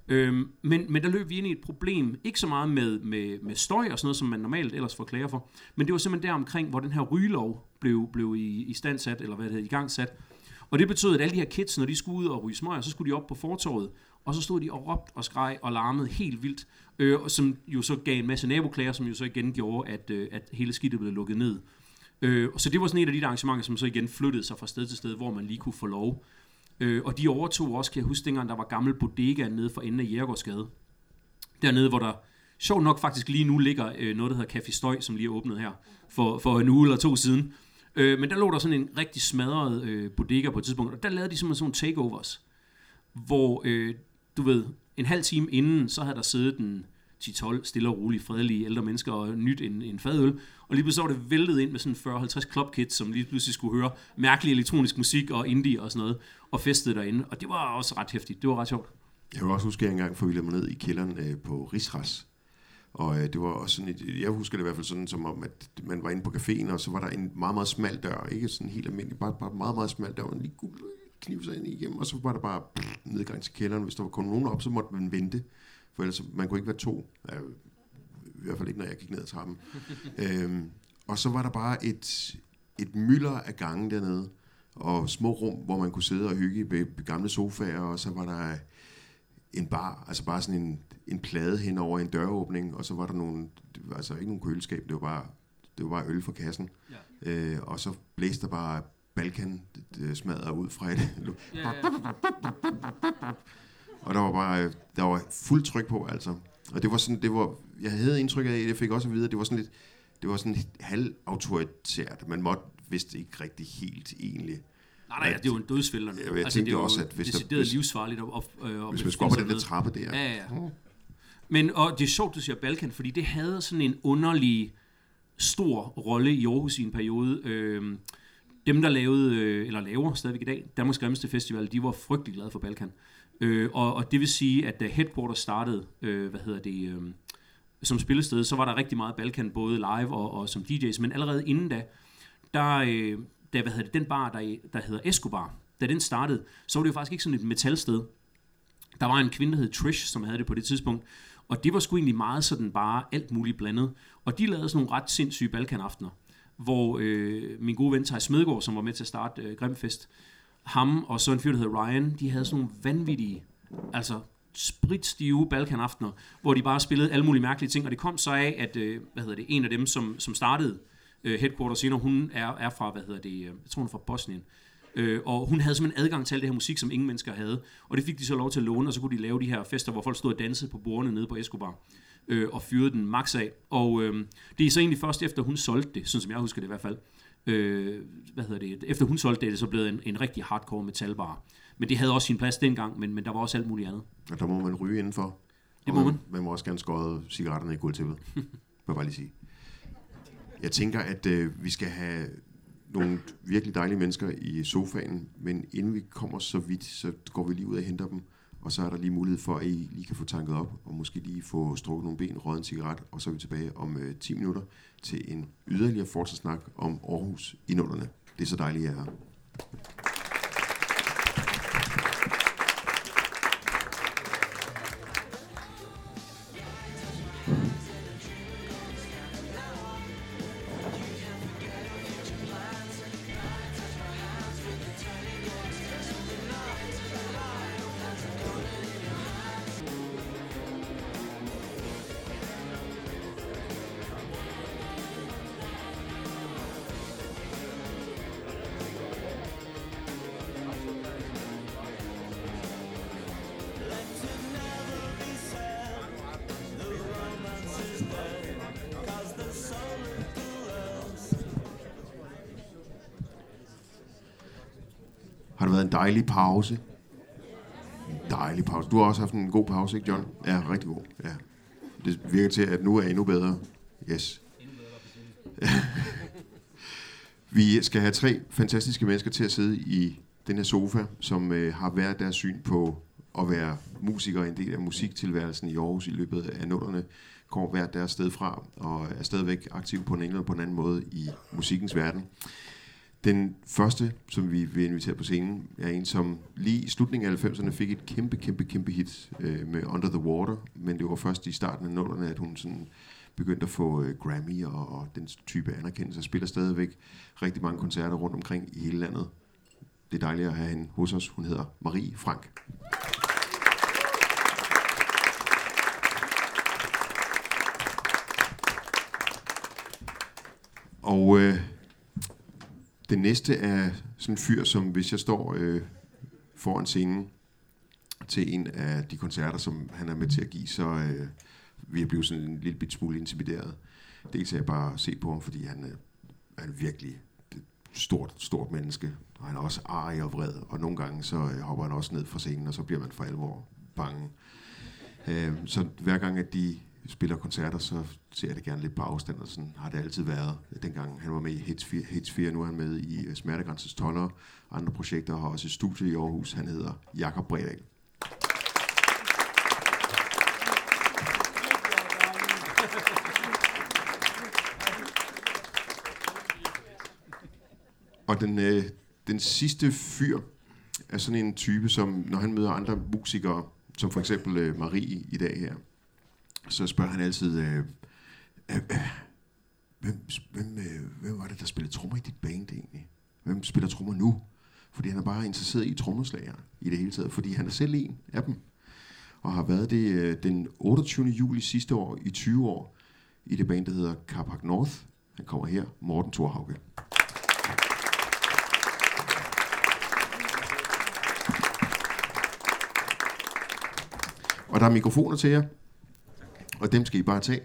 Men der løb vi ind i et problem, ikke så meget med støj og sådan noget, som man normalt ellers får klager for, men det var simpelthen der omkring, hvor den her rygelov blev i standsat, eller hvad det hed, i gang sat. Og det betød, at alle de her kids, når de skulle ud og ryge smøger, så skulle de op på fortorvet, og så stod de og råbte og skreg og larmede helt vildt, som jo så gav en masse naboklager, som jo så igen gjorde, at hele skidtet blev lukket ned. Så det var sådan et af de arrangementer, som så igen flyttede sig fra sted til sted, hvor man lige kunne få lov. Og de overtog også, kan jeg huske, dengang der var gammel bodega nede for enden af Jægergårdsgade. Dernede, hvor der sjovt nok faktisk lige nu ligger noget, der hedder Café Støj, som lige er åbnet her for en uge eller 2 siden. Men der lå der sådan en rigtig smadret bodega på et tidspunkt, og der lavede de simpelthen sådan nogle takeovers, hvor, du ved, en halv time inden, så havde der siddet en 10-12 stille og rolige, fredelige ældre mennesker og nyt en fadøl, og lige pludselig var det væltet ind med sådan 40-50 clubkids, som lige pludselig skulle høre mærkelig elektronisk musik og indie og sådan noget, og festede derinde, og det var også ret hæftigt, det var ret sjovt. Jeg kan også huske, at jeg engang forvildede mig ned i kælderen på Rigsras, og det var også sådan jeg husker det i hvert fald sådan, som om, at man var inde på caféen, og så var der en meget, meget smal dør, ikke sådan helt almindelig, bare meget, meget smal dør, man lige kunne knive sig ind igennem, og så var der bare nedgang til kælderen. Hvis der kom nogen op, så måtte man vente, for ellers man kunne ikke være 2, i hvert fald ikke, når jeg gik ned ad trappen. Og så var der bare et mylder af gange dernede, og små rum, hvor man kunne sidde og hygge i gamle sofaer, og så var der en bar, altså bare sådan en plade hen over en døråbning, og så var der altså ikke nogen køleskab, det var bare øl fra kassen. Ja. Og så blæste der bare Balkan smadret ud fra det. Og der var fuld tryk på, altså. Og det var sådan, jeg havde indtryk af, jeg fik også at vide, at det var sådan lidt halvautoritært. Man måtte vist ikke rigtig helt egentlig. Nej, det er jo en dødsfælder. Jeg tænkte også, at hvis det er livsfarligt hvis man skulle op på den der trappe der. Ja. Men og det er sjovt, du siger Balkan, fordi det havde sådan en underlig stor rolle i Aarhus i en periode. Dem, der lavede, eller laver stadigvæk i dag, Danmarks Grimmeste Festival, de var frygtelig glade for Balkan. Og det vil sige, at da Headquarter startede, som spillested, så var der rigtig meget Balkan, både live og som DJ's, men allerede inden den bar, der hedder Escobar, da den startede, så var det jo faktisk ikke sådan et metalsted. Der var en kvinde, der hed Trish, som havde det på det tidspunkt, og det var sgu egentlig meget sådan bare alt muligt blandet. Og de lavede sådan nogle ret sindssyge Balkan-aftener, hvor min gode ven Thijs Smedegaard, som var med til at starte Grimfest, ham og så en fyr, der hedder Ryan, de havde sådan nogle vanvittige, altså spritstive Balkan-aftener, hvor de bare spillede alle mulige mærkelige ting, og det kom så af, at en af dem, som startede Headquarter senere, hun er fra, jeg tror hun er fra Bosnien, og hun havde simpelthen adgang til alt det her musik, som ingen mennesker havde, og det fik de så lov til at låne, og så kunne de lave de her fester, hvor folk stod og dansede på bordene nede på Escobar, og fyrede den max af, og det er så egentlig først efter hun solgte det, sådan som jeg husker det i hvert fald, efter hun solgte det, så blev det en rigtig hardcore metalbar. Men det havde også sin plads dengang, men der var også alt muligt andet. Og der må man ryge indenfor. Det må man. Man må også gerne skåre cigaretterne i gulvtæppet. Må jeg bare lige sige. Jeg tænker, at vi skal have nogle virkelig dejlige mennesker i sofaen, men inden vi kommer så vidt, så går vi lige ud og henter dem, og så er der lige mulighed for, at I lige kan få tanket op, og måske lige få strukket nogle ben, røget en cigaret, og så er vi tilbage om 10 minutter til en yderligere fortsat om Aarhus i 00'erne. Det er så dejligt, at I er her. Har det været en dejlig pause? En dejlig pause. Du har også haft en god pause, ikke John? Ja, rigtig god. Ja. Det virker til, at nu er endnu bedre. Yes. Vi skal have 3 fantastiske mennesker til at sidde i den her sofa, som har hver deres syn på at være musikere, en del af musiktilværelsen i Aarhus i løbet af 00'erne, kommer hver deres sted fra og er stadigvæk aktiv på en eller på en anden måde i musikkens verden. Den første, som vi vil invitere på scenen, er en, som lige i slutningen af 90'erne fik et kæmpe hit med Under the Water, men det var først i starten af 00'erne, at hun sådan begyndte at få Grammy og den type anerkendelse, og spiller stadigvæk rigtig mange koncerter rundt omkring i hele landet. Det er dejligt at have hende hos os. Hun hedder Marie Frank. Og den næste er sådan en fyr, som hvis jeg står foran scenen til en af de koncerter, som han er med til at give, så vil jeg blive sådan en lille bit smule intimideret. Dels er jeg bare se på ham, fordi han er virkelig et stort menneske. Og han er også arg og vred, og nogle gange så hopper han også ned fra scenen, og så bliver man for alvor bange. Så hver gang, at de spiller koncerter, så ser jeg det gerne lidt på afstand, og sådan har det altid været. Dengang han var med i Hits 4, nu er han med i Smertegrænsens Toller, andre projekter, og har også et studie i Aarhus. Han hedder Jakob Bredal. Og den sidste fyr er sådan en type, som når han møder andre musikere, som for eksempel Marie i dag her, så spørger han altid, hvem var det, der spillede trommer i dit band egentlig? Hvem spiller trommer nu? Fordi han er bare interesseret i trommeslager i det hele taget, fordi han er selv en af dem. Og har været det den 28. juli sidste år i 20 år i det band, der hedder Carpac North. Han kommer her, Morten Thorhauge. Og der er mikrofoner til jer, og dem skal I bare tage.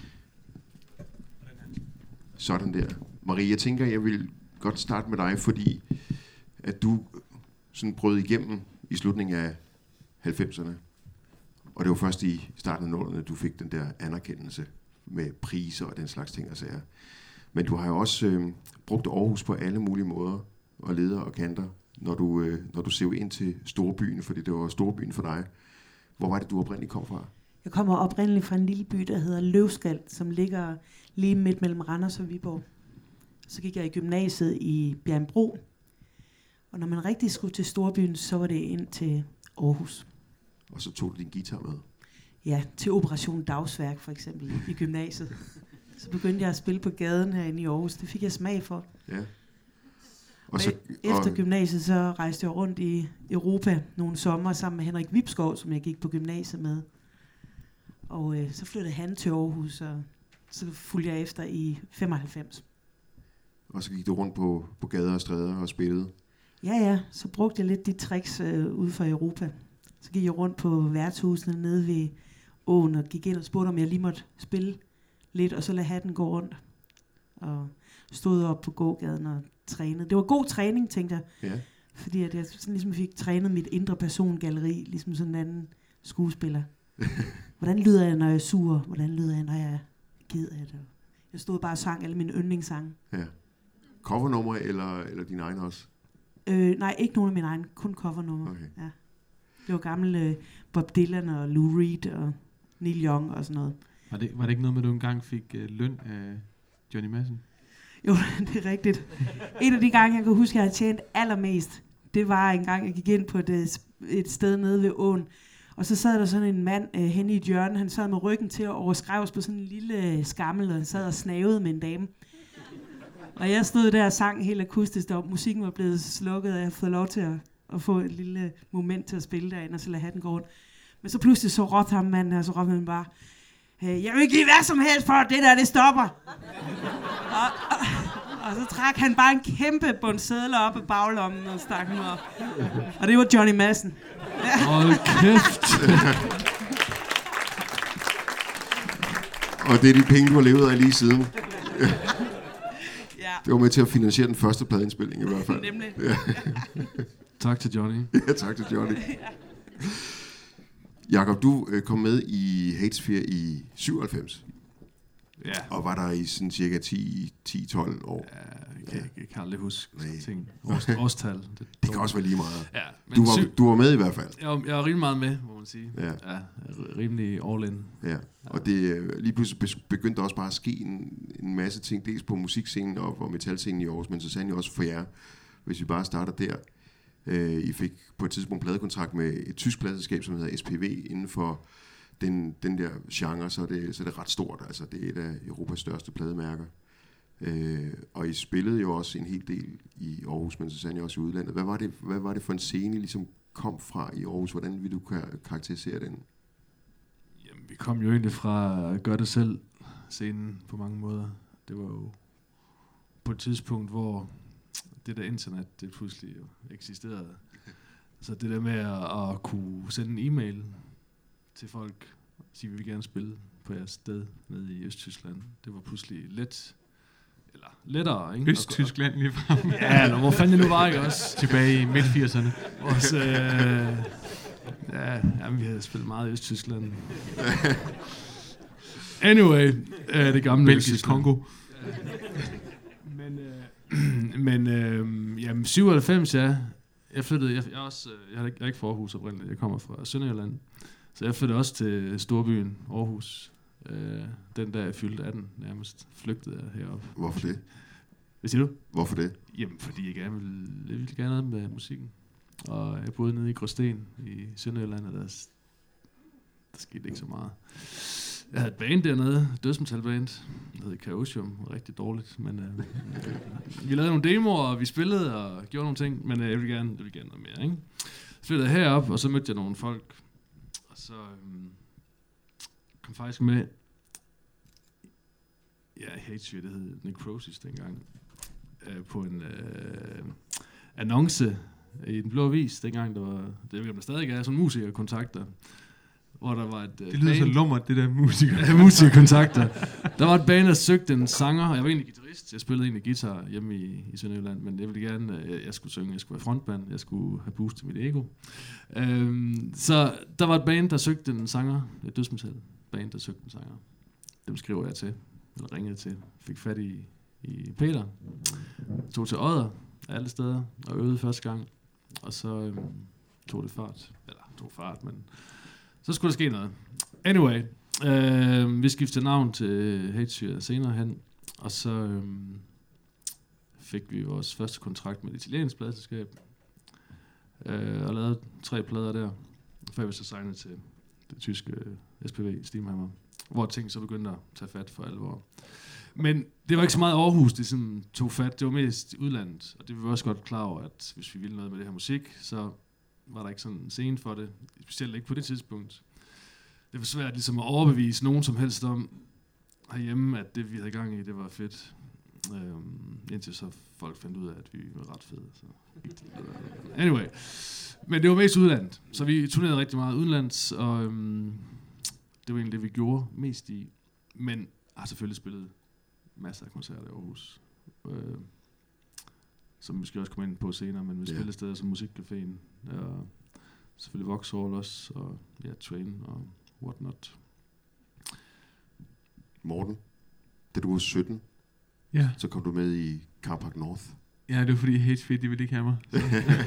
Sådan der. Marie, jeg tænker, jeg vil godt starte med dig, fordi at du sådan brød igennem i slutningen af 90'erne. Og det var først i starten af 00'erne, du fik den der anerkendelse med priser og den slags ting og sager. Men du har jo også brugt Aarhus på alle mulige måder, og leder og kanter, når du ser ind til storbyen, fordi det var storbyen for dig. Hvor var det, du oprindeligt kom fra? Jeg kommer oprindeligt fra en lille by, der hedder Løvskald, som ligger lige midt mellem Randers og Viborg. Så gik jeg i gymnasiet i Bjerringbro. Og når man rigtig skulle til storbyen, så var det ind til Aarhus. Og så tog du din guitar med? Ja, til Operation Dagsværk for eksempel i gymnasiet. Så begyndte jeg at spille på gaden herinde i Aarhus. Det fik jeg smag for. Ja. Og så, efter gymnasiet, så rejste jeg rundt i Europa nogle sommer sammen med Henrik Vibskov, som jeg gik på gymnasiet med. Og så flyttede han til Aarhus, og så fulgte jeg efter i 95. Og så gik du rundt på gader og stræder og spillede? Ja, så brugte jeg lidt de tricks ude for Europa. Så gik jeg rundt på værtshusene nede ved åen og gik ind og spurgte, om jeg lige måtte spille lidt, og så lade hatten gå rundt. Og stod op på gågaden og trænede. Det var god træning, tænkte jeg. Ja. Fordi at jeg sådan ligesom fik trænet mit indre persongalleri, ligesom sådan en anden skuespiller. Hvordan lyder jeg, når jeg er sur? Hvordan lyder jeg, når jeg er ked af det? Jeg stod bare og sang alle mine yndlingssange. Ja. Covernumre eller dine egne også? Nej, ikke nogen af mine egne. Kun covernumre. Okay. Ja. Det var gamle Bob Dylan og Lou Reed og Neil Young og sådan noget. Var det ikke noget med, at du engang fik løn af Johnny Madsen? Jo, det er rigtigt. En af de gange, jeg kan huske, jeg havde tjent allermest, det var en gang, jeg gik ind på et sted nede ved åen, og så sad der sådan en mand henne i et hjørne, han sad med ryggen til at overskrevs på sådan en lille skammel, og han sad og snavede med en dame. Og jeg stod der og sang helt akustisk, og musikken var blevet slukket, og jeg havde fået lov til at få et lille moment til at spille derinde, og så lade hatten gå rundt. Men så pludselig så råbte ham manden, og så råbte han bare, jeg vil ikke give hvad som helst for, at det der, det stopper. Og så trak han bare en kæmpe bund sedler op af baglommen og stak den op. Og det var Johnny Madsen. Hold kæft. Og det er de penge, du har levet af lige siden. Ja. Det var med til at finansiere den første pladeindspilning i hvert fald. Nemlig. Ja. Tak til Johnny. Ja, tak til Johnny. Jakob, du kom med i Hatesphere i 97, Ja. og var der i sådan cirka 10-12 år. Ja, jeg kan aldrig huske Nej. ting. Årstal. Det kan også være lige meget. Ja, men Du var med i hvert fald. jeg er rimelig meget med, må man sige. Ja. Ja, rimelig all in. Ja, og det lige pludselig begyndte der også bare at ske en masse ting, dels på musikscenen og metalscenen i Aarhus, men så sandelig også for jer, hvis vi bare starter der. I fik på et tidspunkt pladekontrakt med et tysk pladeselskab, som hedder SPV, inden for den der genre, så er det ret stort. Altså, det er et af Europas største plademærker. Og I spillede jo også en hel del i Aarhus, men så sandelig også i udlandet. Hvad var det for en scene, I ligesom kom fra i Aarhus? Hvordan vil du karakterisere den? Jamen, vi kom jo egentlig fra at gøre det selv scenen på mange måder. Det var jo på et tidspunkt, hvor det der internet, det pludselig jo eksisterede. Så det der med at kunne sende en e-mail til folk, og sige, vi vil gerne spille på jeres sted nede i Østtyskland, det var pludselig lettere, ikke? Østtyskland lige frem. Ja, eller hvor fanden det nu var, ikke også? Tilbage i midt-80'erne. Også, vi havde spillet meget i Østtyskland. Anyway, det gamle Belgisk Østtyskland. Kongo. Men 97, ja. Jeg flyttede, jeg er ikke fra Aarhus oprindeligt, jeg kommer fra Sønderjylland. Så jeg flyttede også til storbyen Aarhus. Den dag jeg fyldte 18, nærmest flygtede jeg herop. Hvorfor det? Hvad siger du? Hvorfor det? Jamen, fordi jeg ville gerne noget med musikken. Og jeg boede nede i Gråsten i Sønderjylland, og der skete ikke så meget. Jeg havde et band dernede, dødsmetalband, der hed Chaosium, var rigtig dårligt, men vi lavede nogle demoer, og vi spillede og gjorde nogle ting, men jeg ville gerne noget mere, ikke? Så flyttede jeg herop, og så mødte jeg nogle folk, og så kom faktisk med, Hatesphere, det hed Necrosis dengang, på en annonce i Den Blå Avis, dengang der var, det ved jeg, der stadig er sådan musikerkontakter, hvor der var et Det lyder så lummert, det der musikerkontakter. Der var et band, der søgte en sanger. Jeg var egentlig guitarist. Jeg spillede egentlig guitar hjemme i Sønderjylland, men jeg ville gerne, jeg skulle synge, jeg skulle være frontband, jeg skulle have boostet mit ego. Så der var et band, der søgte en sanger, et dødsmetal band, der søgte en sanger. Dem skriver jeg til, eller ringede til. Fik fat i Peter. Tog til Odder, alle steder, og øvede første gang. Og så tog fart, men så skulle der ske noget. Anyway, vi skiftede navn til Hatesphere senere hen, og så fik vi vores første kontrakt med et italiensk pladeselskab, og lavede 3 plader der, før vi så signede til det tyske SPV, Steamhammer, hvor ting så begyndte at tage fat for alvor. Men det var ikke så meget Aarhus, det som tog fat, det var mest udlandet, og det var vi også godt klar over, at hvis vi ville noget med det her musik, så var der ikke sådan en scene for det, specielt ikke på det tidspunkt. Det var svært ligesom at overbevise nogen som helst om herhjemme, at det vi havde gang i, det var fedt. Indtil så folk fandt ud af, at vi var ret fede. Så. Anyway, men det var mest udlandet, så vi turnerede rigtig meget udenlands, og det var egentlig det, vi gjorde mest i. Men har selvfølgelig spillet masser af koncerter i Aarhus, som vi skal også komme ind på senere, men vi spillede steder som Musikcaféen, og selvfølgelig Vauxhall også, og Train og whatnot. Morten, da du var 17, så kom du med i Carpark North. Ja, det var fordi Hatesphere, de ville ikke have mig. Nej,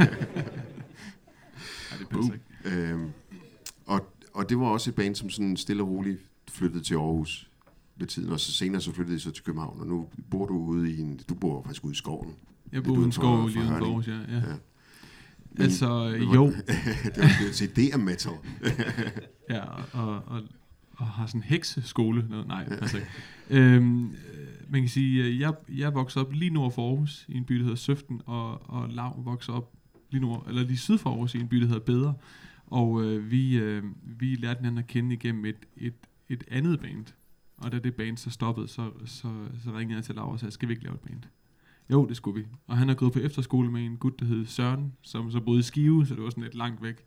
det passer ikke. Og det var også et band, som sådan stille og roligt flyttede til Aarhus ved tiden, og så senere så flyttede de så til København, og nu bor du ude i du bor faktisk ude i skoven. Jeg bor i en skov lige uden for Aarhus, ja. Men, altså, jo. det er metal. Ja, og har sådan en hekseskole. Nej, altså ikke. Man kan sige, jeg voksede op lige nord for Aarhus, i en by, der hedder Søften, og Lav voksede op lige syd for Aarhus, i en by, der hedder Bedre. Og vi lærte hinanden at kende igennem et andet band. Og da det band så stoppede, så ringede jeg til Lav og sagde, skal vi ikke lave et band? Jo, det skulle vi. Og han har gået på efterskole med en gut, der hed Søren, som så boede i Skive, så det var sådan lidt langt væk.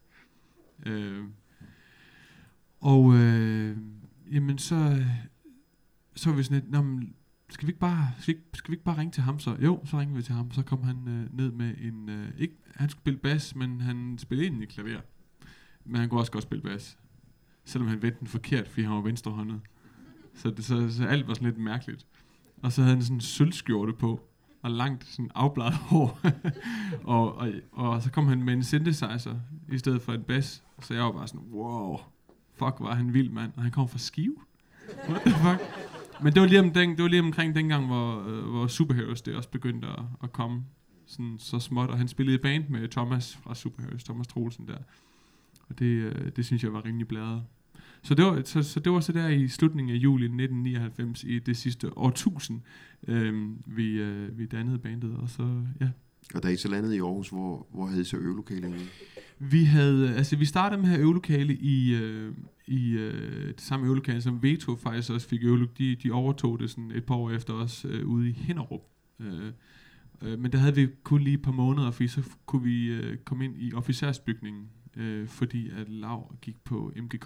Jamen så var vi sådan lidt, skal vi ikke bare ringe til ham så? Jo, så ringede vi til ham, så kom han ned med en, ikke, han skulle spille bas, men han spillede egentlig klaver. Men han kunne også godt spille bas. Selvom han vendte den forkert, fordi han var venstrehåndet. Så alt var sådan lidt mærkeligt. Og så havde han sådan en sølvskjorte på, og langt sådan afbladet hår. og så kom han med en synthesizer, i stedet for en bas. Så jeg var bare sådan, wow, fuck, var han vild, mand. Og han kom fra Skive. What the fuck? Men det var lige omkring dengang, hvor Superheroes det også begyndte at komme sådan så småt. Og han spillede i band med Thomas fra Superheroes, Thomas Troelsen der. Og det synes jeg var rimelig bladret. Så det var så der i slutningen af juli 1999 i det sidste årtusind, vi dannede bandet, og så ja. Og da I så landede i Aarhus, hvor havde I så øvelokale egentlig? Vi startede med at have øvelokale i det samme øvelokale, som Veto faktisk også fik øvelokale. De overtog det sådan et par år efter os ude i Hinderup. Men der havde vi kun lige et par måneder, fordi så kunne vi komme ind i officersbygningen, fordi at Lav gik på MGK.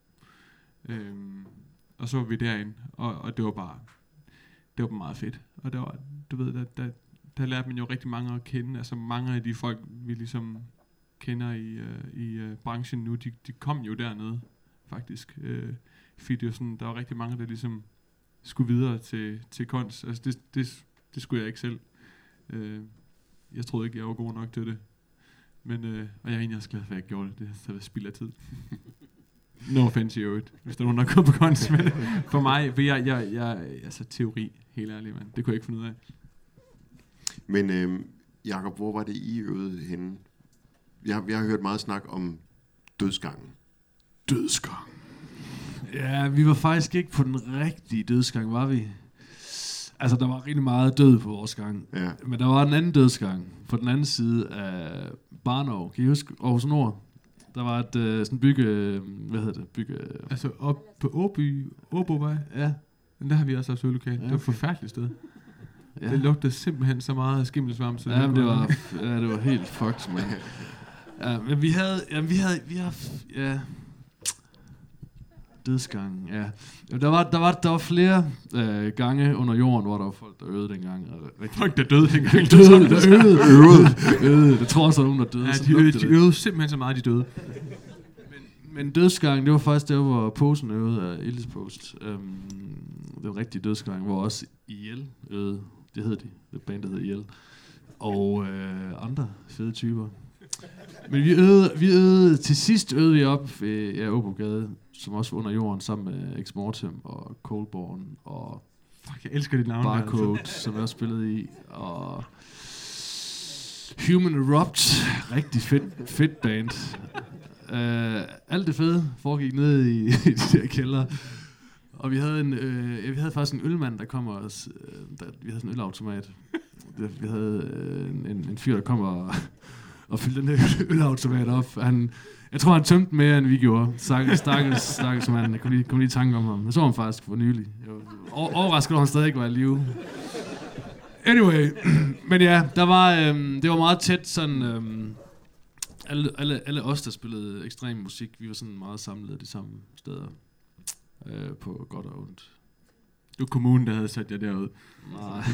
Og så var vi derinde, og det var meget fedt. Og der var, du ved, der lærte man jo rigtig mange at kende. Altså mange af de folk, vi ligesom kender i branchen nu, de kom jo dernede, faktisk. Fordi det var sådan, der var rigtig mange, der ligesom skulle videre til kunst. Altså det skulle jeg ikke selv. Jeg troede ikke, jeg var god nok til det. Men, og jeg er egentlig også glad for, at jeg gjorde det. Det har været spild af tid. No offense i øvrigt, hvis der er nogen, der er gået på kunst. Men for mig, for jeg altså teori, helt ærligt, mand. Det kunne jeg ikke finde ud af. Men Jakob, hvor var det I øvede henne? Jeg har hørt meget snak om dødsgangen. Dødsgang. Ja, vi var faktisk ikke på den rigtige dødsgang, var vi? Altså, der var rigtig meget død på vores gang. Ja. Men der var en anden dødsgang på den anden side af Barnov. Kan I huske Aarhus Nord? Der var et sådan bygge... Altså op på Åbovej? Ja. Men der har vi også haft øvelokale. Ja, okay. Det var et forfærdeligt sted. Ja. Det lugtede simpelthen så meget af skimmelsvamp. Så ja, det var helt fucked, man. Ja, men vi havde dødsgangen, ja. Der var flere gange under jorden, hvor der var folk, der øvede dengang. Folk, der døde dengang. øvede. Det tror også, der var nogen, der døde. Ja, de øvede simpelthen så meget, de døde. Men dødsgangen, det var faktisk der, hvor Posen øvede af Ildes Post. Den rigtige dødsgang, hvor også IL øvede. Det hed de. Det band, der hed IL. Og andre fede typer. Men vi øvede til sidst øvede vi op ved Åbogade, som også var under jorden, sammen med Ex Mortem og Coldborn og fuck, jeg elsker dit navn. Barcode, altså. Som jeg også spillede i, og Human Erupt, rigtig fedt band. Alt det fede foregik nede i de der kælder. Og vi havde faktisk en ølmand, der kom og vi havde sådan en ølautomat. Vi havde en fyr, der kom og fyldte den her ølautomat op. Jeg tror, han tømte mere, end vi gjorde. Stakkels mand. Jeg kom lige i tanke om ham. Men så var han faktisk for nylig. Overrasket, at han stadig ikke var i live. Anyway. Men ja, det var meget tæt sådan... Alle os, der spillede ekstrem musik, vi var sådan meget samlet de samme steder. På godt og ondt. Det var kommunen, der havde sat jer derud. Nej.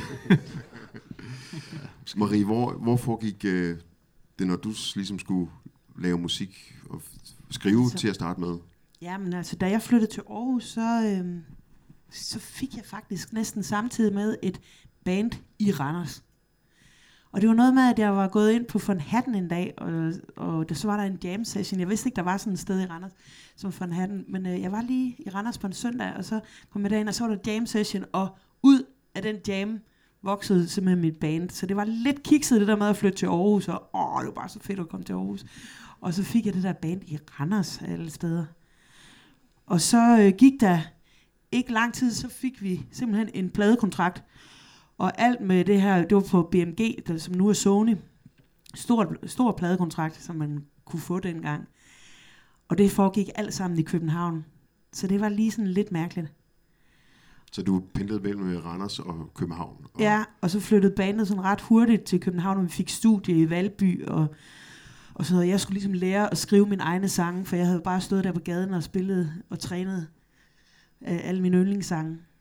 Marie, hvor foregik det, når du ligesom skulle lave musik og skrive til at starte med? Jamen altså, da jeg flyttede til Aarhus, så fik jeg faktisk næsten samtidig med et band i Randers. Og det var noget med, at jeg var gået ind på Von Hatten en dag, og så var der en jam session. Jeg vidste ikke, der var sådan et sted i Randers som Von Hatten, men jeg var lige i Randers på en søndag, og så kom jeg derind, og så var der jam session, og ud af den jam voksede simpelthen mit band. Så det var lidt kikset, det der med at flytte til Aarhus, og det var bare så fedt at komme til Aarhus. Og så fik jeg det der band i Randers alle steder. Og så gik der ikke lang tid, så fik vi simpelthen en pladekontrakt. Og alt med det her, det var på BMG, der, som nu er Sony. Stor pladekontrakt, som man kunne få dengang. Og det foregik alt sammen i København. Så det var lige sådan lidt mærkeligt. Så du pendlede mellem Randers og København? Ja, og så flyttede bandet sådan ret hurtigt til København, og vi fik studie i Valby, og så jeg skulle ligesom lære at skrive mine egne sange, for jeg havde bare stået der på gaden og spillet og trænet alle mine yndlingssange.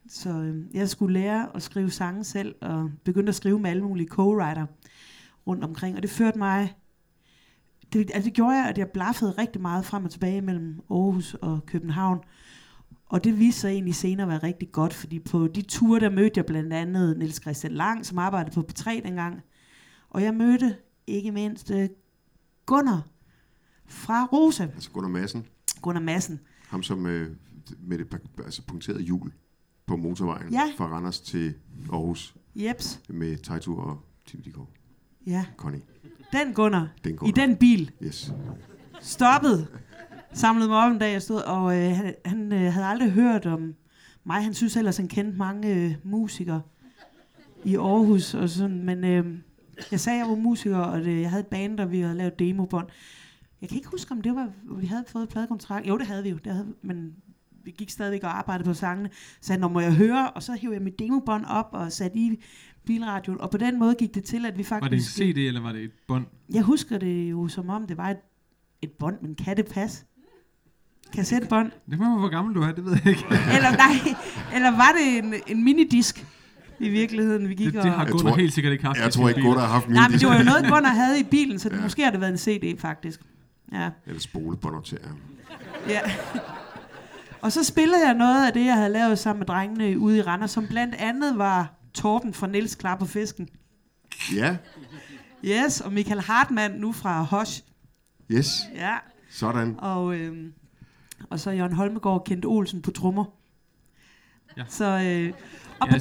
Så jeg skulle lære at skrive sange selv, og begyndte at skrive med alle mulige co-writer rundt omkring. Og det førte mig... Det gjorde jeg, at jeg blaffede rigtig meget frem og tilbage mellem Aarhus og København. Og det viste sig egentlig senere at være rigtig godt, fordi på de ture, der mødte jeg blandt andet Niels Christian Lang, som arbejdede på P3 dengang. Og jeg mødte ikke mindst Gunnar fra Rosa. Altså Gunnar Madsen. Gunnar Madsen. Ham som med det punkterede hjul på motorvejen fra Randers til Aarhus. Jeps. Med Taito og Tim Dikov. Ja. Connie. Den Gunnar. I den bil. Yes. Stoppede. Samlede mig op en dag, jeg stod, og han havde aldrig hørt om mig. Han synes ellers, han kendte mange musikere i Aarhus og sådan, men jeg sagde, at jeg var musiker, og jeg havde et band, og vi havde lavet demobånd. Jeg kan ikke huske, om det var, vi havde fået pladekontrakt. Jo, det havde vi jo, men vi gik stadigvæk og arbejdede på sangene. Så nå, må jeg høre, og så hævde jeg mit demobånd op og satte i bilradioen, og på den måde gik det til, at vi faktisk... Var det en CD, eller var det et bånd? Jeg husker det jo, som om det var et bånd, men kan det passe? Kassettebånd. Det må være, hvor gammel du er, det ved jeg ikke. eller var det en minidisk i virkeligheden, vi gik det har Gunnar helt sikkert ikke haft. Jeg tror ikke, Gunnar har haft minidisk. Nej, men det var jo noget, Gunnar havde i bilen, så måske har det været en CD, faktisk. Ja. Eller spolebånd. Ja. Og så spillede jeg noget af det, jeg havde lavet sammen med drengene ude i Randers, som blandt andet var Torben fra Niels Klar på Fisken. Ja. Yes, og Michael Hartmann nu fra Hosh. Yes. Ja. Sådan. Og så Jørgen Holmegård og Kent Olsen på trommer. Ja. Så, og ja, på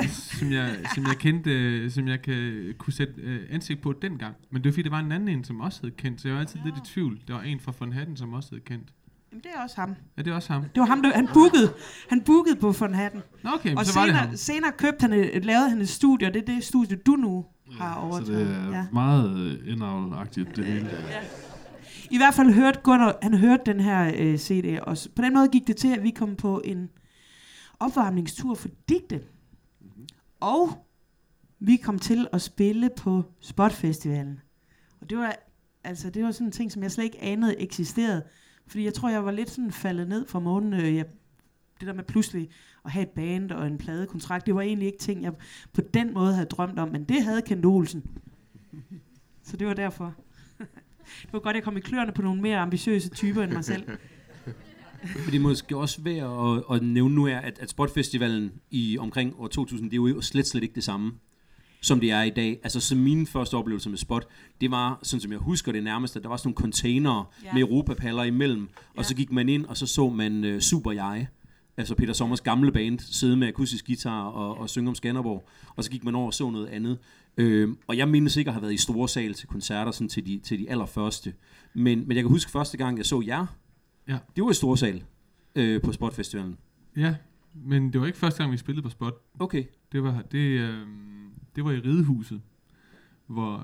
den... som jeg kunne sætte ansigt på dengang. Men det var fordi, der var en anden en, som også hed kendt, så jeg var altid lidt i tvivl. Der var en fra Von Hatten, som også hed kendt. Jamen, det er også ham. Ja, det er også ham. Det var ham, han bookede på Von Hatten. Okay, og så var det ham. Senere lavede han et studie, og det er det studie, du nu har overtaget. Så det er meget indavlagtigt, det hele. Ja. I hvert fald hørte Gunnar, han hørte den her CD, og på den måde gik det til, at vi kom på en opvarmningstur for digte. Mm-hmm. Og vi kom til at spille på Spotfestivalen. Og det var sådan en ting, som jeg slet ikke anede eksisterede. Fordi jeg tror, jeg var lidt sådan faldet ned fra månen. Det der med pludselig at have et band og en pladekontrakt, det var egentlig ikke ting, jeg på den måde havde drømt om. Men det havde Kent Olsen. Så det var derfor. Det var godt, jeg kom i kløerne på nogle mere ambitiøse typer end mig selv. Det er måske også værd at nævne nu er, at Spotfestivalen i omkring år 2000, det er jo slet ikke det samme, som det er i dag. Altså, så min første oplevelse med Spot, det var, sådan som jeg husker det nærmest, at der var sådan nogle containere med europapaller imellem, og så gik man ind, og så man Super Jeg, altså Peter Sommers gamle band, sidde med akustisk guitar og synge om Skanderborg, og så gik man over og så noget andet. Og jeg mindes ikke at have været i store sal til koncerter, sådan til de allerførste. Men jeg kan huske første gang, jeg så jer. Ja. Det var i store sal på Spotfestivalen. Ja, men det var ikke første gang, vi spillede på Spot. Okay. Det var i Ridehuset, hvor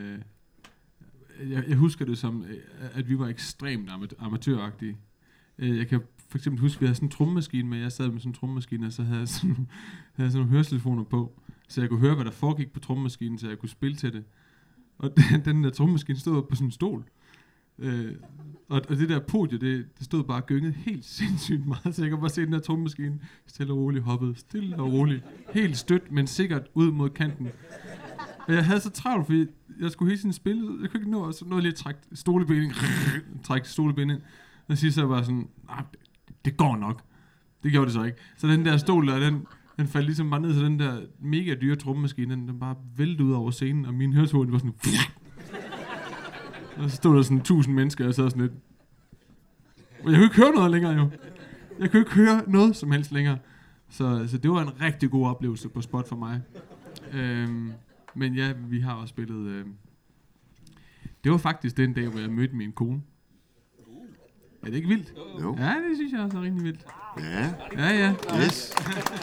jeg husker det som, at vi var ekstremt amatøragtige. Jeg kan for eksempel huske, at vi havde sådan en trommemaskine med. Jeg sad med sådan en trommemaskine, og så havde jeg sådan nogle høretelefoner på, så jeg kunne høre, hvad der foregik på trommemaskinen, så jeg kunne spille til det. Og den der trommemaskine stod på sådan en stol. Og det der podie, det stod bare gynget helt sindssygt meget, så jeg kan bare se den der trommemaskine stille og roligt hoppede, stille og roligt, helt stødt, men sikkert ud mod kanten. Og jeg havde så travlt, fordi jeg skulle hele tiden spille, jeg kunne ikke nå, og så nåede lige at trække stoleben ind, og sidst så bare sådan, nej, det går nok. Det gjorde det så ikke. Så den der stol der, den faldt ligesom bare ned, så den der mega dyre trommemaskine, den bare væltede ud over scenen, og mine høretelefoner var sådan, og så stod der sådan 1000 mennesker, og jeg sad sådan lidt. Og jeg kunne ikke høre noget længere jo. Jeg kunne ikke høre noget som helst længere. Så det var en rigtig god oplevelse på Spot for mig. Men ja, vi har også spillet... Det var faktisk den dag, hvor jeg mødte min kone. Er det ikke vildt? Jo. Ja, det synes jeg også er rigtig vildt. Ja. Ja. Yes.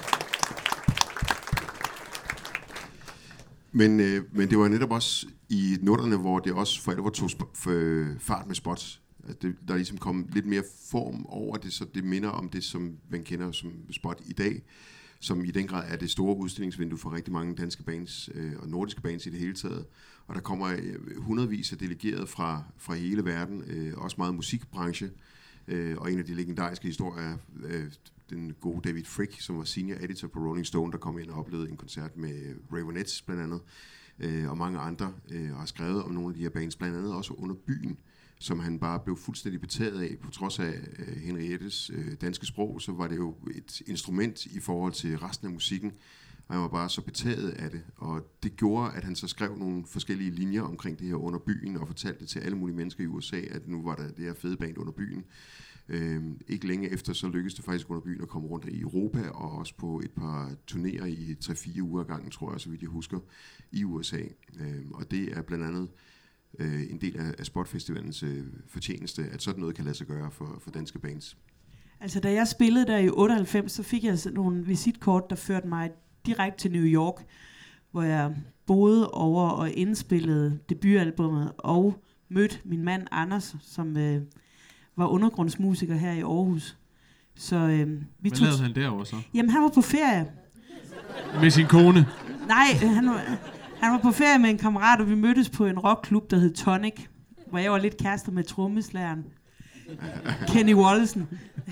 Men det var netop også i nullerne, hvor det også for alvor tog fart med Spots. At der ligesom kom lidt mere form over det, så det minder om det, som man kender som Spot i dag, som i den grad er det store udstillingsvindue for rigtig mange danske bands og nordiske bands i det hele taget. Og der kommer hundredvis af delegerede fra hele verden, også meget musikbranche. Og en af de legendariske historier den gode David Frick, som var senior editor på Rolling Stone, der kom ind og oplevede en koncert med Raveonettes blandt andet, og mange andre, og har skrevet om nogle af de her bands, blandt andet også Under Byen, som han bare blev fuldstændig betaget af. På trods af Henriettes danske sprog, så var det jo et instrument i forhold til resten af musikken, og han var bare så betaget af det, og det gjorde, at han så skrev nogle forskellige linjer omkring det her Under Byen, og fortalte det til alle mulige mennesker i USA, at nu var der det her fede band Under Byen. Ikke længe efter, så lykkedes det faktisk Under Byen at komme rundt i Europa, og også på et par turnéer i 3-4 uger gangen, tror jeg, så vidt jeg husker, i USA. Og det er blandt andet en del af Spotfestivalens fortjeneste, at sådan noget kan lade sig gøre for danske bands. Altså, da jeg spillede der i 98, så fik jeg nogle visitkort, der førte mig direkte til New York, hvor jeg boede over og indspillede debutalbummet, og mødte min mand Anders, som var undergrundsmusiker her i Aarhus. Så vi Hvad lavede han derovre så? Jamen, han var på ferie. Med sin kone? Nej, han var på ferie med en kammerat, og vi mødtes på en rockklub, der hed Tonic, hvor jeg var lidt kærester med trommeslageren Kenny Wollesen.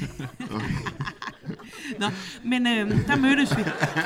Nå, men der mødtes vi.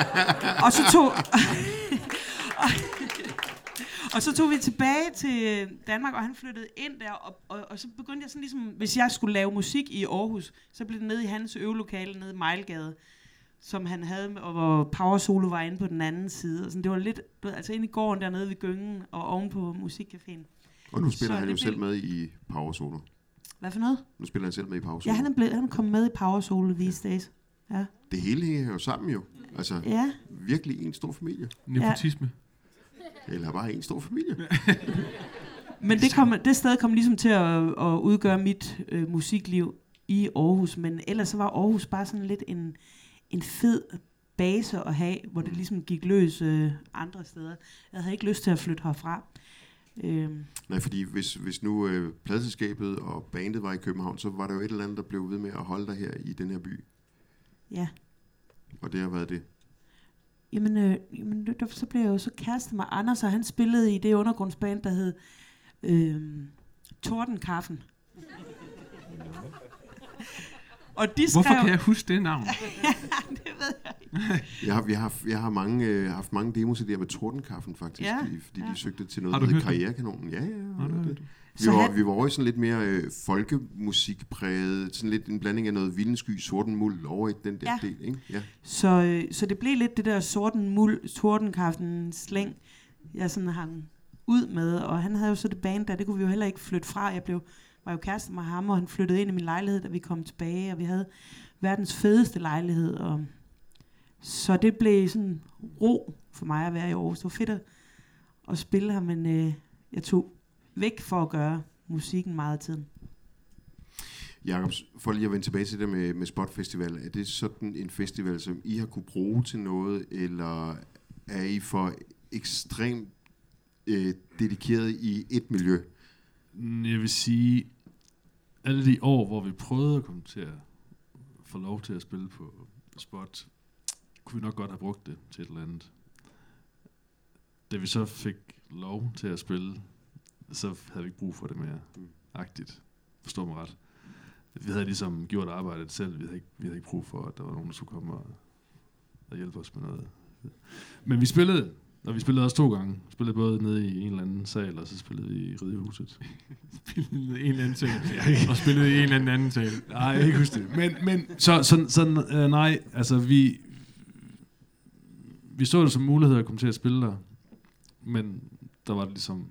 Og så tog vi tilbage til Danmark, og han flyttede ind der, og så begyndte jeg sådan ligesom, hvis jeg skulle lave musik i Aarhus, så blev det nede i hans øvelokale nede i Mejlgade, som han havde, og hvor Power Solo var inde på den anden side. Og sådan, det var lidt, altså inde i gården dernede ved Gyngen, og oven på Musikcaféen. Og nu spiller han jo selv med i Power Solo. Hvad for noget? Nu spiller han selv med i Power Solo. Ja, han er kommet med i Power Solo these days. Ja. Det hele hænger jo sammen jo. Altså, ja. Virkelig en stor familie. Nepotisme. Eller bare en stor familie. Men det sted kom ligesom til at udgøre mit musikliv i Aarhus. Men ellers så var Aarhus bare sådan lidt en fed base at have, hvor det ligesom gik løs andre steder. Jeg havde ikke lyst til at flytte herfra. Nej, fordi hvis nu pladeselskabet og bandet var i København, så var der jo et eller andet, der blev ved med at holde dig her i den her by. Ja. Og det har været det. Jamen så blev jeg jo så kæreste med Anders, og han spillede i det undergrundsband, der hed Tordenkaffen. Og hvorfor kan jeg huske det navn? Det ved jeg ikke. Jeg har haft mange demos i det her med Tordenkaffen faktisk, fordi de søgte til noget, der hed Karrierekanonen. Ja, vi var over i sådan lidt mere folkemusikpræget, sådan lidt en blanding af noget Vildensky, Sorten Muld over i den der del, ikke? Ja. Så det blev lidt det der Sorten Muld, Tordenkaffen slæng, jeg sådan hang ud med, og han havde jo så det band der, det kunne vi jo heller ikke flytte fra. Jeg var jo kæreste med ham, og han flyttede ind i min lejlighed, da vi kom tilbage, og vi havde verdens fedeste lejlighed, og så det blev sådan ro for mig at være i Aarhus. Det var fedt at spille her, men jeg tog væk for at gøre musikken meget af tiden. Jakob, for lige at vende tilbage til det med Spot Festival, er det sådan en festival, som I har kunne bruge til noget, eller er I for ekstremt dedikeret i et miljø? Jeg vil sige, alle de år, hvor vi prøvede at komme til at få lov til at spille på Spot, kunne vi nok godt have brugt det til et eller andet. Da vi så fik lov til at spille, så havde vi ikke brug for det mere agtigt. Forstår mig ret. Vi havde ligesom gjort arbejdet selv. Vi havde ikke brug for, at der var nogen, der skulle komme og hjælpe os med noget. Men vi spillede, og vi spillede også 2 gange. Vi spillede både nede i en eller anden sal, og så spillede vi i Ridehuset. Spillede i en eller anden sal, og spillede i en eller anden sal. Nej, jeg kan ikke huske det. Men så nej, altså vi så det som mulighed at komme til at spille der, men der var det ligesom,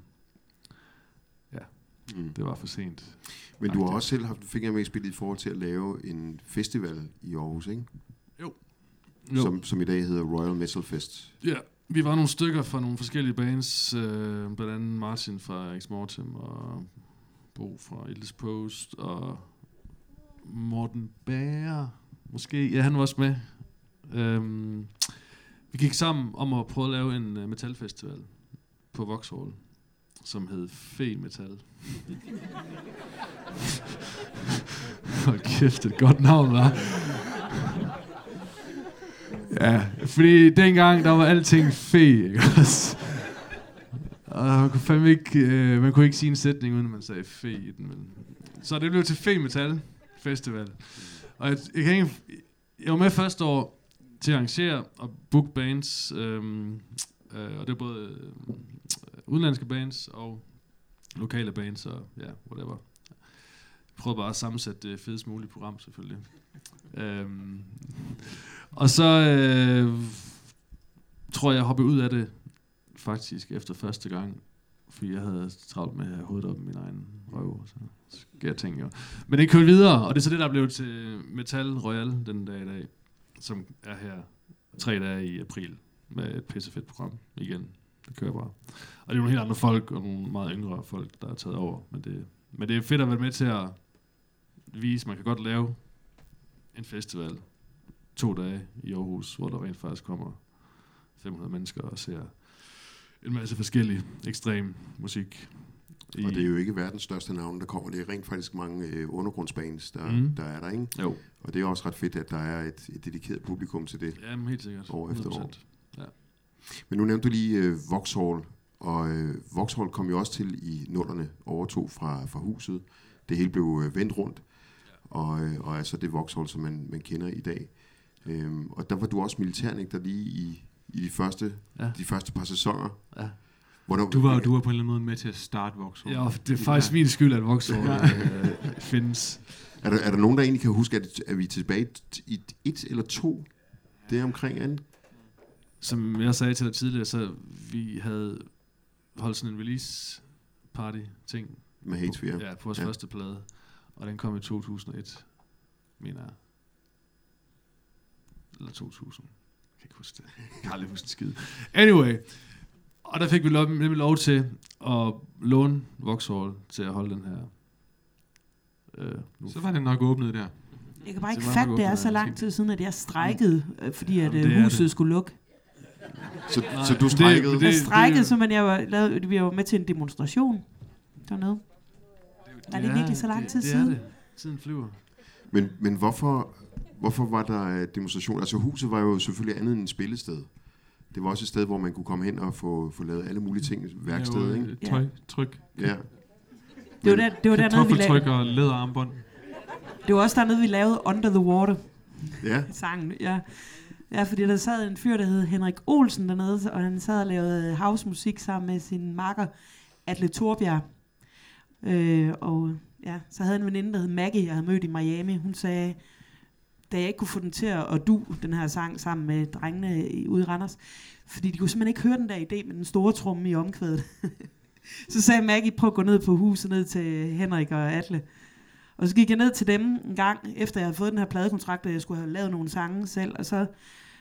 det var for sent. Men du har også selv haft fingre med i spillet i forhold til at lave en festival i Aarhus, ikke? Jo. Som i dag hedder Royal Metal Fest. Ja, vi var nogle stykker fra nogle forskellige bands, blandt andet Martin fra Ex Mortem, og Bo fra Ildes Post, og Morten Bager, måske. Ja, han var også med. Vi gik sammen om at prøve at lave en metalfestival på Vauxhall, som hed Fe Metal. Hold kæft, et godt navn, hva'? Ja, fordi dengang, der var alting fe, ikke også? Og man kunne ikke sige en sætning, uden man sagde fe i den. Men. Så det blev til Fe Metal Festival. Og Jeg var med første år til at arrangere og book bands, og det er både udenlandske bands og lokale bands og ja, whatever. Jeg prøvede bare at sammensætte det fedest mulige program, selvfølgelig. Og så tror jeg hoppede ud af det faktisk efter første gang, fordi jeg havde travlt med at have hovedet op i min egen røv. Så skal jeg tænke jo. Men det kørte videre, og det er så det, der blev til Metal Royal den dag i dag, som er her 3 dage i april med et pissefedt program igen. Det kører bare. Og det er nogle helt andre folk, og nogle meget yngre folk, der er taget over. Men det er fedt at være med til at vise, man kan godt lave en festival 2 dage i Aarhus, hvor der rent faktisk kommer 500 mennesker og ser en masse forskellig ekstrem musik. Og det er jo ikke verdens største navn, der kommer. Det er rent faktisk mange undergrundsbands, der er der, ikke? Jo. Og det er også ret fedt, at der er et dedikeret publikum til det. Jamen, helt sikkert. År efter 100%. år. Ja. Men nu nævnte du lige Vauxhall, og Vauxhall kom jo også til i 00'erne, overtog fra huset. Det hele blev vendt rundt, og altså det Vauxhall, som man kender i dag. Og der var du også militærnægter lige i de første par sæsoner. Ja. Du var på en eller anden måde med til at starte Vauxhall. Ja, det er faktisk min skyld, at Vauxhall findes. Er der nogen, der egentlig kan huske, at vi er tilbage i 1 eller 2 det omkring anden? Som jeg sagde til dig tidligere, så vi havde holdt sådan en release party ting Med Hatesphere. på vores første plade, og den kom i 2001, mener jeg. Eller 2000. Jeg kan ikke huske det. Jeg kan aldrig huske det skide. Anyway, og der fik vi nemlig lov til at låne Vauxhall til at holde den her. Så var den nok åbnet der. Jeg kan bare ikke Så var fatte, nok det er åbnet så af lang ting. tid siden, at jeg strejkede, fordi at Jamen, det er huset det. skulle lukke. Så du strejkede? Jeg strejkede, så men vi var med til en demonstration dernede. Er det virkelig så lang tid det siden? Er det. Tiden flyver. Men hvorfor var der demonstration? Altså huset var jo selvfølgelig andet end et spillested. Det var også et sted, hvor man kunne komme hen og få lavet alle mulige ting. Værksted, ikke? Tøj, tryk. Ja. Det var dernede, vi Kartoffeltryk lavede. og læderarmbånd. Det var også dernede, vi lavede Under the Water. Ja. Sangen, ja. Ja, fordi der sad en fyr, der hed Henrik Olsen dernede, og han sad og lavede housemusik sammen med sin makker, Atle Torbjerg. Og ja, så havde en veninde, der hed Maggie, jeg havde mødt i Miami. Hun sagde, da jeg ikke kunne få den til at du den her sang sammen med drengene ude i Randers, fordi de kunne simpelthen ikke høre den der idé med den store tromme i omkvædet. Så sagde Maggie, prøv at gå ned på huset, ned til Henrik og Atle. Og så gik jeg ned til dem en gang, efter jeg havde fået den her pladekontrakt, og jeg skulle have lavet nogle sange selv, og så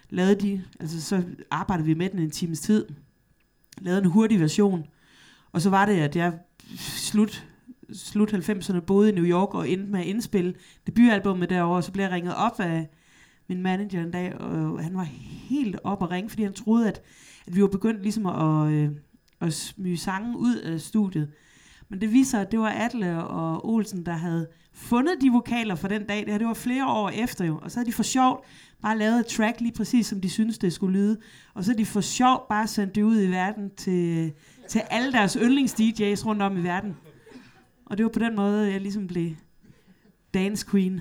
så arbejdede vi med den en times tid, lavede en hurtig version, og så var det, at jeg slut 90'erne boede i New York og endte med at indspille debutalbummet derovre, og så blev jeg ringet op af min manager en dag, og han var helt op at ringe, fordi han troede, at vi var begyndt ligesom at smyge sangen ud af studiet. Men det viser, at det var Atle og Olsen, der havde fundet de vokaler for den dag. Det var flere år efter jo. Og så havde de for sjovt bare lavet et track lige præcis, som de syntes, det skulle lyde. Og så havde de for sjovt bare sendt det ud i verden til alle deres yndlings-DJ's rundt om i verden. Og det var på den måde, jeg ligesom blev dance queen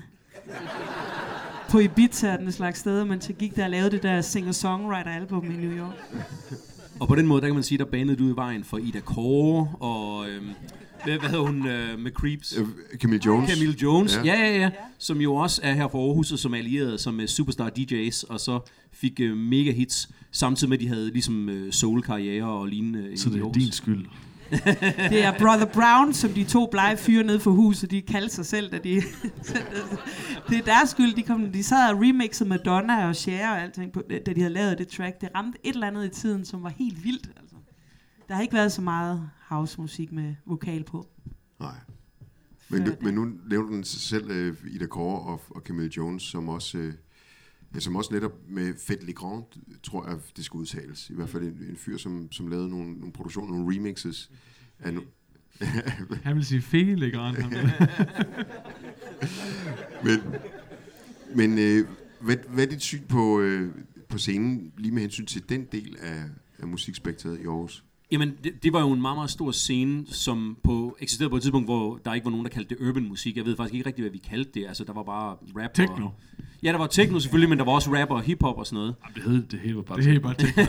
på Ibiza og den slags steder, mens jeg gik der og lavede det der singer-songwriter-album i New York. Og på den måde, der kan man sige, der banede du i vejen for Ida Kåre og... hvad hedder hun med Creeps? Camille Jones. Camille Jones, ja. Som jo også er her fra Aarhus, og som er allieret som Superstar DJ's, og så fik mega hits, samtidig med, at de havde ligesom soul-karriere og lignende. Så det er din skyld. Det er Brother Brown, som de 2 blege fyre nede for huset, de kaldte sig selv, da de... det er deres skyld, de sad og remixede Madonna og Cher og alting, da de havde lavet det track. Det ramte et eller andet i tiden, som var helt vildt. Altså. Der har ikke været så meget housemusik med vokal på. Nej. Men nu nævner den selv Ida Kåre og Camille Jones, som også netop med Fête Le Grand, tror jeg, det skal udtales. I hvert fald en fyr, som lavede nogle produktioner, nogle remixes. Han vil sige Fête Le Grand. Men hvad er dit syn på scenen, lige med hensyn til den del af musikspektret i Aarhus? Jamen, det var jo en meget, meget stor scene, som eksisterede på et tidspunkt, hvor der ikke var nogen, der kaldte det urban musik. Jeg ved faktisk ikke rigtig, hvad vi kaldte det. Altså, der var bare rap. Techno. Ja, der var techno selvfølgelig, men der var også rap og hiphop og sådan noget. Jamen, det hele var bare Det er helt bare techno.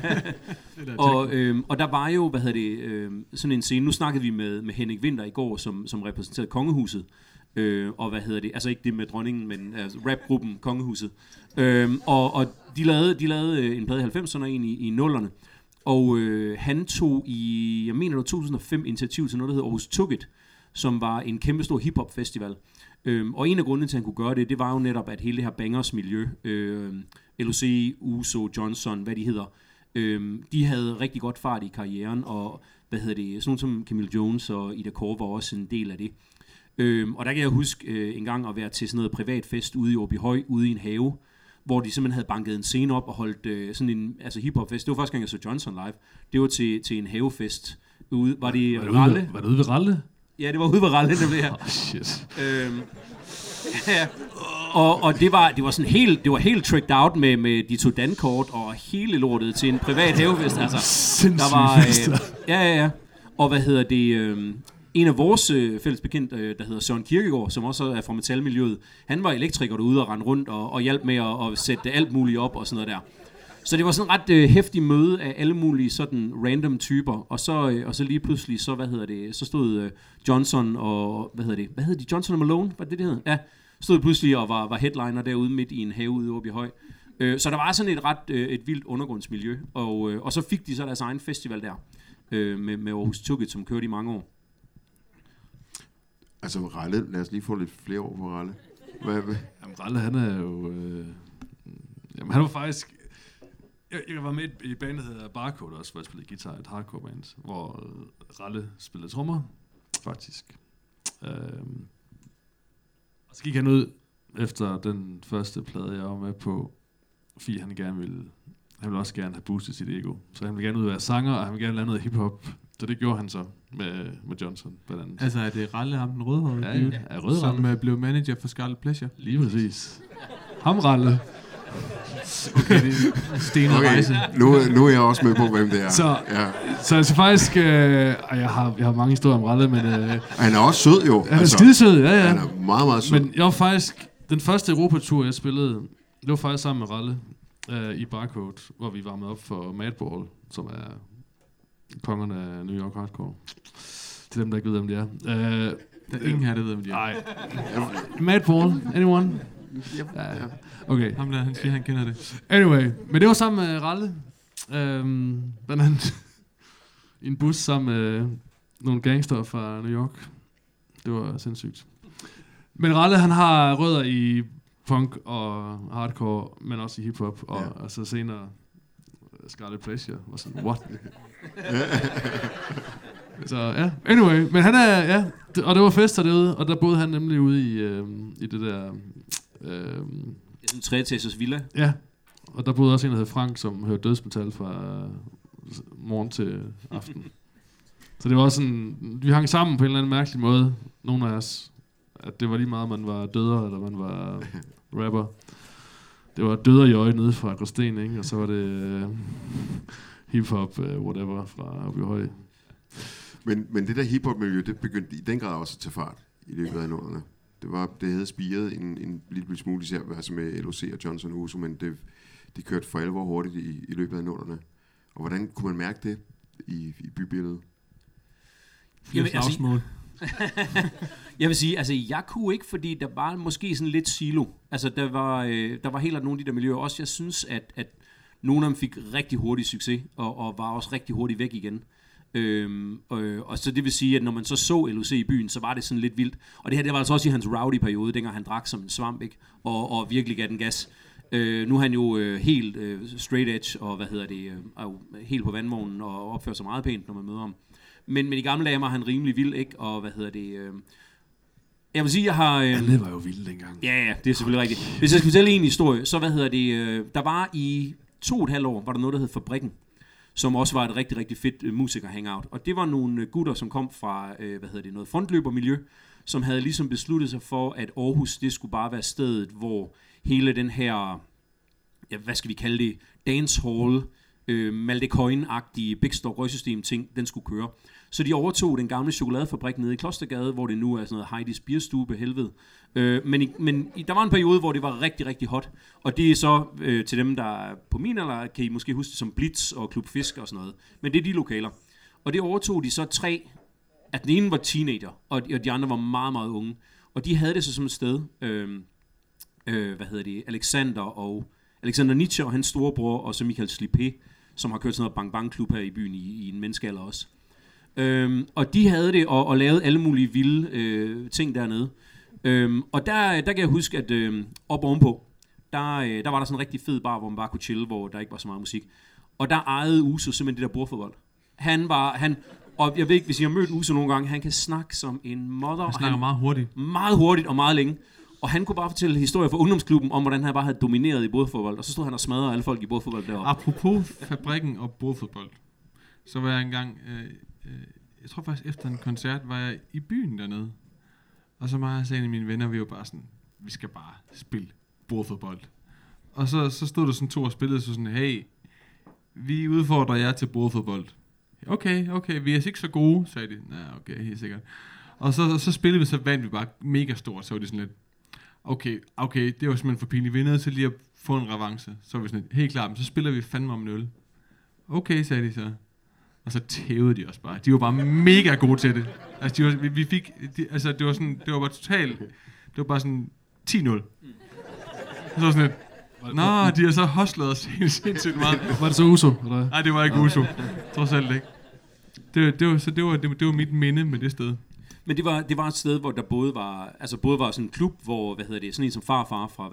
Og der var jo, sådan en scene. Nu snakkede vi med Henrik Winther i går, som repræsenterede Kongehuset. Og altså ikke det med dronningen, men altså rapgruppen Kongehuset. Og de lavede en plade i 90'erne og en i 0'erne. Og han tog i, jeg mener det var 2005, initiativ til noget, der hedder Aarhus Took It, som var en kæmpestor hiphop festival. Og en af grundene til, at han kunne gøre det var jo netop, at hele det her bangers miljø, LOC, Uso, Johnson, hvad de hedder, de havde rigtig godt fart i karrieren, og sådan nogle som Camille Jones og Ida Kåre var også en del af det. Og der kan jeg huske en gang at være til sådan noget privat fest ude i Åbyhøj, ude i en have, hvor de simpelthen havde banket en scene op og holdt sådan en hiphop-fest. Det var første gang, jeg så Johnson live. Det var til en havefest. Var det Ralle? Var det ude ved Ralle? Ja, det var ude ved Ralle, det blev her. Shit. Ja. Og det var sådan helt tricked out med de to dankort og hele lortet til en privat havefest. Altså, Sindssygt fester. Ja. Og en af vores fælles bekendt, der hedder Søren Kierkegaard, som også er fra metalmiljøet, han var elektriker derude og rendte rundt og hjalp med at sætte alt muligt op og sådan noget der. Så det var sådan en ret hæftig møde af alle mulige sådan random typer, og så lige pludselig så stod Johnson og hvad hed de? Johnson og Malone, var det hed? Ja, stod pludselig og var headliner derude midt i en have ude oppe i Høj. Så der var sådan et vildt undergrundsmiljø, og så fik de så deres egen festival der med Aarhus Took It, som kørte i mange år. Altså Ralle, lad os lige få lidt flere ord på Ralle. Jamen, Ralle, han er jo... jamen, han var faktisk... Jeg var med i et band, der hedder Barcode også, hvor jeg spillede guitar, et hardcore band, hvor Ralle spillede trommer, faktisk. Og så gik han ud efter den første plade, jeg var med på, fordi han ville også gerne have boostet sit ego. Så han ville gerne ud og være sanger, og han ville gerne lave noget hiphop. Så det gjorde han så med Johnson, blandt andet. Altså, er det Ralle, ham den rødhårede? Ja, rødhårede. Som blev manager for Scarlet Pleasure. Lige præcis. Ham Ralle. Okay, det er stenet rejse. Nu er jeg også med på, hvem det er. Så altså faktisk, jeg har mange historier om Ralle, men... han er også sød jo. Han er skidesød, ja. Han er meget, meget sød. Men jeg var faktisk... Den første Europatur, jeg spillede, det var faktisk sammen med Ralle i Barcode, hvor vi varmede op for Madball, som er kongerne af New York Hardcore. Til dem, der ikke ved, hvem det er. Der er ingen her, der ved, hvem de er. Nej. Madball, anyone? Ja. Okay. Ham der, han siger, han kender det. Anyway, men det var sammen med Ralle. Blandt andet i en bus sammen med nogle gangster fra New York. Det var sindssygt. Men Ralle, han har rødder i punk og hardcore, men også i hiphop, og så senere Scarlet Pleasure var sådan, what? Så ja, anyway, men han er, ja, og det var fester derude, og der boede han nemlig ude i det der... en 3-etagers villa. Ja, og der boede også en, der hed Frank, som hørte dødsmetal fra morgen til aften. Så det var også sådan, vi hang sammen på en eller anden mærkelig måde, nogle af os, at det var lige meget, man var døder, eller man var rapper. Det var døder i øje nede fra Gråsten, ikke? Og så var det hiphop, whatever, fra oppe i Høj. Men det der hiphop-miljø, det begyndte i den grad også at tage fart i løbet af nullerne. Det havde spiret en lille smule, især altså med LOC og Johnson og Uso, men det kørte for alvor hurtigt i løbet af nullerne. Og hvordan kunne man mærke det i bybilledet? Jeg vil sige, altså jeg kunne ikke, fordi der var måske sådan lidt silo. Altså der var helt nogle af de der miljøer også. Jeg synes, at nogle af dem fik rigtig hurtig succes, og var også rigtig hurtigt væk igen. Og så det vil sige, at når man så LOC i byen, så var det sådan lidt vildt. Og det her, det var altså også i hans rowdy-periode, dengang han drak som en svamp, ikke? Og virkelig gav den gas. Nu er han jo helt straight edge, og helt på vandvognen, og opfører sig meget pænt, når man møder ham. Men i gamle dage var han rimelig vild, ikke? Og jeg vil sige, jeg har... Alle var jo vilde dengang. Ja, det er selvfølgelig rigtigt. Hvis jeg skal fortælle en historie, så der var i 2,5 år, var der noget, der hed Fabrikken, som også var et rigtig, rigtig fedt musiker-hangout. Og det var nogle gutter, som kom fra, noget frontløbermiljø, som havde ligesom besluttet sig for, at Aarhus, det skulle bare være stedet, hvor hele den her, hvad skal vi kalde det, dancehall, Malte Coyne-agtige Big Stock røgsystem ting, den skulle køre. Så de overtog den gamle chokoladefabrik nede i Klostergade, hvor det nu er sådan noget Heidis Bierstube helvede. Men der var en periode, hvor det var rigtig, rigtig hot. Og det er så til dem, der er på min alder, kan I måske huske det som Blitz og Klub Fisk og sådan noget. Men det er de lokaler. Og det overtog de så 3, at den ene var teenager, og de andre var meget, meget unge. Og de havde det så som et sted, Alexander Nietzsche og hans storebror, og så Michael Slipé, som har kørt sådan noget bang-bang-klub her i byen i en menneskealder også. Og de havde det og lavede alle mulige vilde ting dernede. Og der kan jeg huske, at op ovenpå, der var der sådan en rigtig fed bar, hvor man bare kunne chille, hvor der ikke var så meget musik. Og der ejede Uso simpelthen det der bordfodbold. Og jeg ved ikke, hvis I har mødt Uso nogle gange, han kan snakke som en mother. Han snakker meget hurtigt. Meget hurtigt og meget længe. Og han kunne bare fortælle historier fra ungdomsklubben om, hvordan han bare havde domineret i bordfodbold. Og så stod han og smadrede alle folk i bordfodbold deroppe. Apropos fabrikken og bordfodbold, så var jeg engang, jeg tror faktisk efter en koncert, var jeg i byen dernede. Og så mig og så en af mine venner, vi var bare sådan, vi skal bare spille bordfodbold. Og så stod der sådan 2 og spillede, så sådan, hey, vi udfordrer jer til bordfodbold. Okay, vi er ikke så gode, sagde de. Nej, okay, helt sikkert. Og så spillede vi, så vandt vi bare mega stort, så var det sådan lidt, okay, det var simpelthen for pinligt. Vi er nødt til lige at få en revanche. Så var vi sådan lidt, helt klart, men så spiller vi fandme om 0. Okay, sagde de så. Og så tævede de os bare. De var bare mega gode til det. Altså, det var sådan, det var bare totalt, det var bare sådan 10-0. Så var sådan lidt, nå, de har så hostlet os helt sindssygt meget. Var det så Uso? Eller? Nej, det var ikke Uso. Trods alt ikke. Det var mit minde med det sted. Men det var et sted, hvor der både var sådan en klub, hvor, sådan en som farfar fra,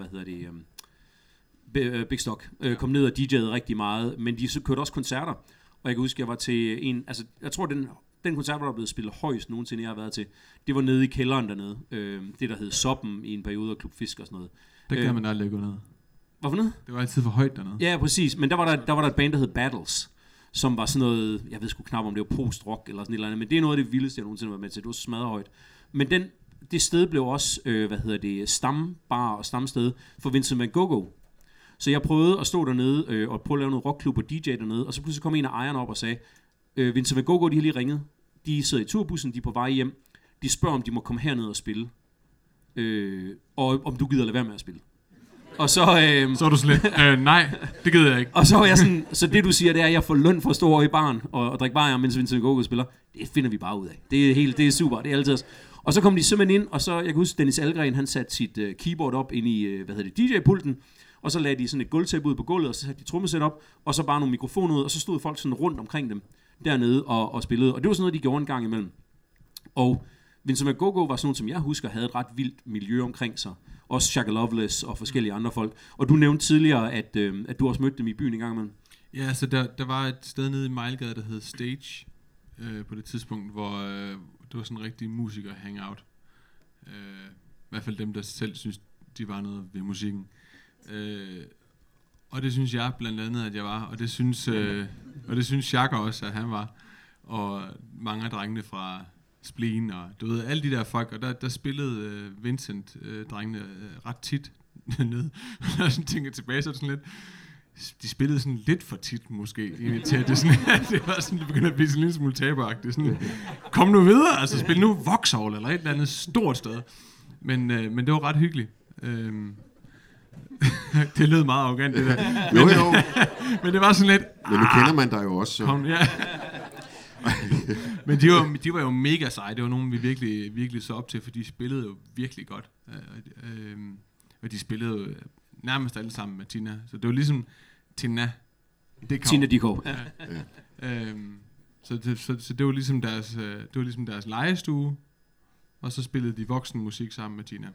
Big Stock, kom ned og DJ'ede rigtig meget, men de kørte også koncerter. Og jeg kan huske, jeg var til en, jeg tror, den koncert, der er blevet spillet højst nogensinde, jeg har været til, det var nede i kælderen dernede. Det, der hed Soppen i en periode af Klub Fisk og sådan noget. Der kan man aldrig gå ned. Hvorfor noget? Det var altid for højt dernede. Ja, præcis. Men der var der et band, der hed Battles, som var sådan noget, jeg ved sgu knap om det var post-rock eller sådan et eller andet, men det er noget af det vildeste, jeg nogensinde har været med til. Det var smadrehøjt. Men det sted blev også, stambar og stamsted for Vincent Van Gogh. Så jeg prøvede at stå dernede og prøve at lave noget rockklub og DJ dernede, og så pludselig kom en af ejerne op og sagde, Vincent Van Gogh, de har lige ringet. De sidder i turbussen, de er på vej hjem. De spørger, om de må komme herned og spille. Og om du gider lade være med at spille. Og så er du slet, nej, det gider jeg ikke. Og så var jeg sådan, så det du siger, det er, at jeg får løn for at stå over i baren og drikke bajer, mens Vincent Van Gogh spiller. Det finder vi bare ud af. Det er super, det er altid. Og så kom de simpelthen ind, og så, jeg kan huske, Dennis Algren, han satte sit keyboard op ind i, DJ-pulten, og så lagde de sådan et gulvtæppe ud på gulvet, og så satte de trommesæt op, og så bare nogle mikrofoner ud, og så stod folk sådan rundt omkring dem dernede og spillede. Og det var sådan noget, de gjorde en gang imellem. Og Vincent Van Gogh var sådan noget, som jeg husker, havde et ret vildt miljø omkring sig. Også Shaka Loveless og forskellige andre folk. Og du nævnte tidligere, at du også mødte dem i byen en gang imellem. Ja, så der var et sted nede i Mejlgade, der hed Stage, på det tidspunkt, hvor det var sådan en rigtig musiker-hangout. I hvert fald dem, der selv synes, de var noget ved musikken. Og det synes jeg blandt andet, at jeg var. Og det synes Shaka også, at han var. Og mange af drengene fra Spleen og du ved, alle de der folk, og der spillede Vincent drengene ret tit ned. Når jeg sådan tænker tilbage, så er det sådan lidt, de spillede sådan lidt for tit måske, til at det var sådan, det begyndte at blive sådan en lille smule taberagtigt. Sådan, kom nu videre, altså spil nu Vauxhall eller et eller andet stort sted. Men det var ret hyggeligt. Det lød meget arrogant det der. Jo. Men det var sådan lidt. Men nu kender man dig jo også. Så. Kom, ja. Men de var jo mega seje. Det var nogen, vi virkelig, virkelig så op til, for de spillede jo virkelig godt. Og de spillede jo nærmest alle sammen med Tina. Så det var ligesom Tina Dikov. Ja. Så det var ligesom deres legestue, og så spillede de voksenmusik sammen med Tina.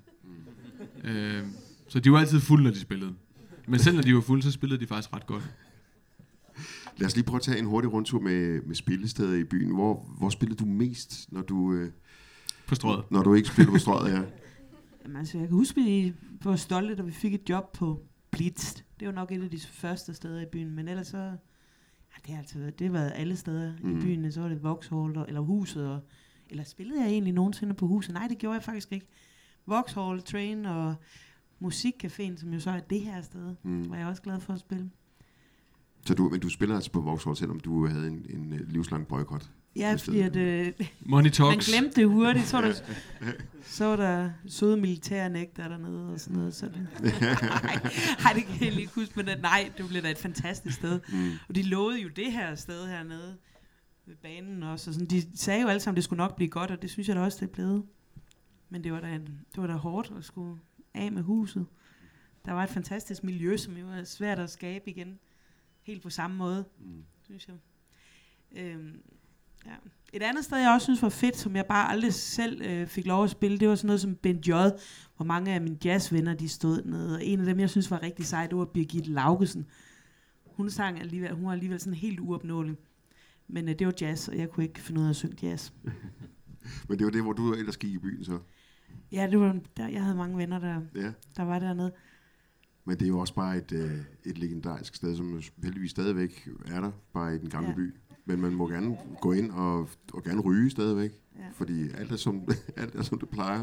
Så de var altid fulde, når de spillede. Men selv når de var fulde, så spillede de faktisk ret godt. Lad os lige prøve at tage en hurtig rundtur med spillesteder i byen. Hvor spillede du mest, når du... på Strøget. Når du ikke spillede på Strøget, ja. Jamen, altså, jeg kan huske, at vi var stolte, da vi fik et job på Blitz. Det var nok et af de første steder i byen, men ellers så... Ja, det har været alle steder i byen. Så var det Vauxhall eller Huset. Eller spillede jeg egentlig nogensinde på Huset? Nej, det gjorde jeg faktisk ikke. Vauxhall, Train og Musikcaféen, som jo så er det her sted, var jeg også glad for at spille. Men du spiller altså på Vauxhall, selvom du havde en livslang boykot. Ja, fordi at, Money man talks. glemte det hurtigt. Så var der søde militærnægter dernede og sådan noget. Så det, nej, det kan jeg lige huske, men nej, det blev da et fantastisk sted. Og de lovede jo det her sted hernede ved banen også. Og sådan. De sagde jo alle sammen, at det skulle nok blive godt, og det synes jeg da også, det er blevet. Men det var da hårdt at skulle af med huset. Der var et fantastisk miljø, som jo var svært at skabe igen. Helt på samme måde, synes jeg. Ja. Et andet sted, jeg også synes var fedt, som jeg bare aldrig selv fik lov at spille, det var sådan noget som Ben J, hvor mange af mine jazzvenner, de stod nede. Og en af dem, jeg synes var rigtig sej, det var Birgitte Laugesen. Hun var alligevel sådan helt uopnåelig. Men det var jazz, og jeg kunne ikke finde ud af at synge jazz. Men det var det, hvor du ellers gik i byen, så? Ja, det var der, jeg havde mange venner, der var dernede. Men det er jo også bare et legendarisk sted, som heldigvis stadigvæk er der, bare i den gamle by. Men man må gerne gå ind og gerne ryge stadigvæk, fordi alt er som det plejer.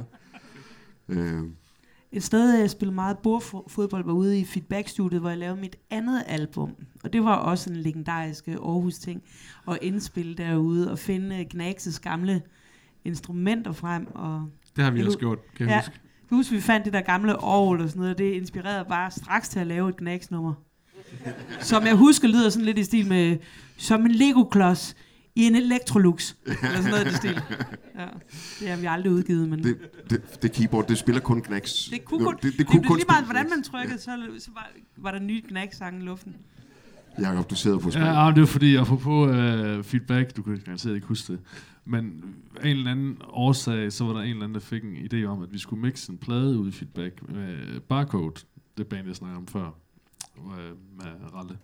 Et sted, jeg spillede meget bordfodbold, var ude i Feedback-studiet, hvor jeg lavede mit andet album. Og det var også en legendarisk Aarhus-ting at indspille derude og finde Gnags' gamle instrumenter frem. Og Det har vi også gjort, kan jeg huske. Jeg husker, vi fandt det der gamle orgel og sådan noget, og det inspirerede bare straks til at lave et Gnags-nummer. Som jeg husker lyder sådan lidt i stil med, som en Lego-klods i en Electrolux. Eller sådan noget i det stil. Ja, det har vi aldrig udgivet, men... Det keyboard, det spiller kun Gnags. Det kunne kun lige meget, hvordan man trykkede, så var der nye Gnags-sange i luften. Jakob, du sidder på spil. Ja, det var fordi, apropos feedback, du kan garanteret ikke huske det, men af en eller anden årsag, så var der en eller anden, der fik en idé om, at vi skulle mixe en plade ud i feedback med Barcode, det band, jeg snakkede om før, med Ralle.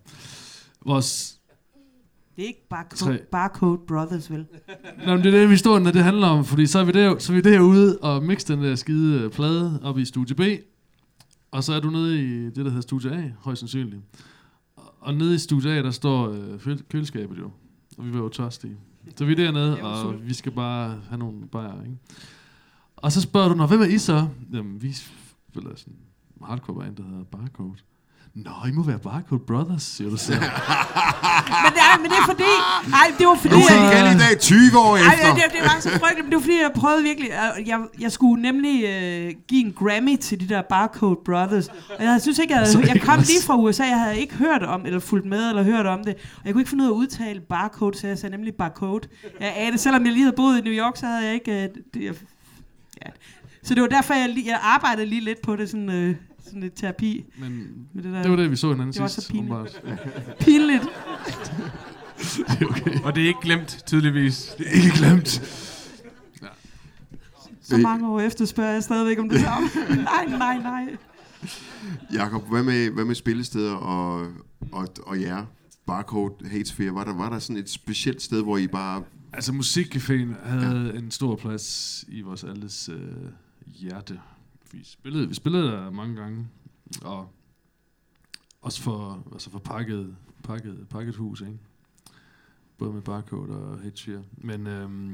Det er ikke Barcode Brothers, vel? Nå, men det er det, historien det handler om, fordi så er vi derude og mixe den der skide plade op i Studie B, og så er du nede i det, der hedder Studie A, højst sandsynligt. Og nede i Studie A, der står køleskabet jo, og vi var jo tørstige. Så vi er dernede, og vi skal bare have nogle bajer, ikke? Og så spørger du, hvem er I så? Jamen, vi spiller sådan en hardcore band, der hedder Barcode. Nå, I må være Barcode Brothers, siger du så. men det er fordi... Ej, det var fordi... Nu kan I dag 20 år efter. Det var så frygteligt, men det var fordi, jeg prøvede virkelig... Jeg skulle nemlig give en Grammy til de der Barcode Brothers. Og jeg synes ikke, jeg kom lige fra USA, jeg havde ikke hørt om, eller fulgt med, eller hørt om det. Og jeg kunne ikke finde ud af at udtale Barcode, så jeg sagde nemlig Barcode. Jeg anede, selvom jeg lige havde boet i New York, så havde jeg ikke... Så det var derfor, jeg arbejdede lige lidt på det, sådan et terapi. Men med det, der. Det var det, vi så hinanden sidst. sidst. Det var så pinligt. Det er okay. Og det er ikke glemt, tydeligvis. Det er ikke glemt. Ja. Så mange år efter spørger jeg stadigvæk om det samme. Nej. Jakob, hvad med spillesteder og jer? Barcode, Hatesphere, var der sådan et specielt sted, hvor I bare... Altså musikcaféen havde en stor plads i vores alles hjerte. Vi spillede der mange gange, og også for pakket hus, ikke? Både med Barcode og Hatesphere. Men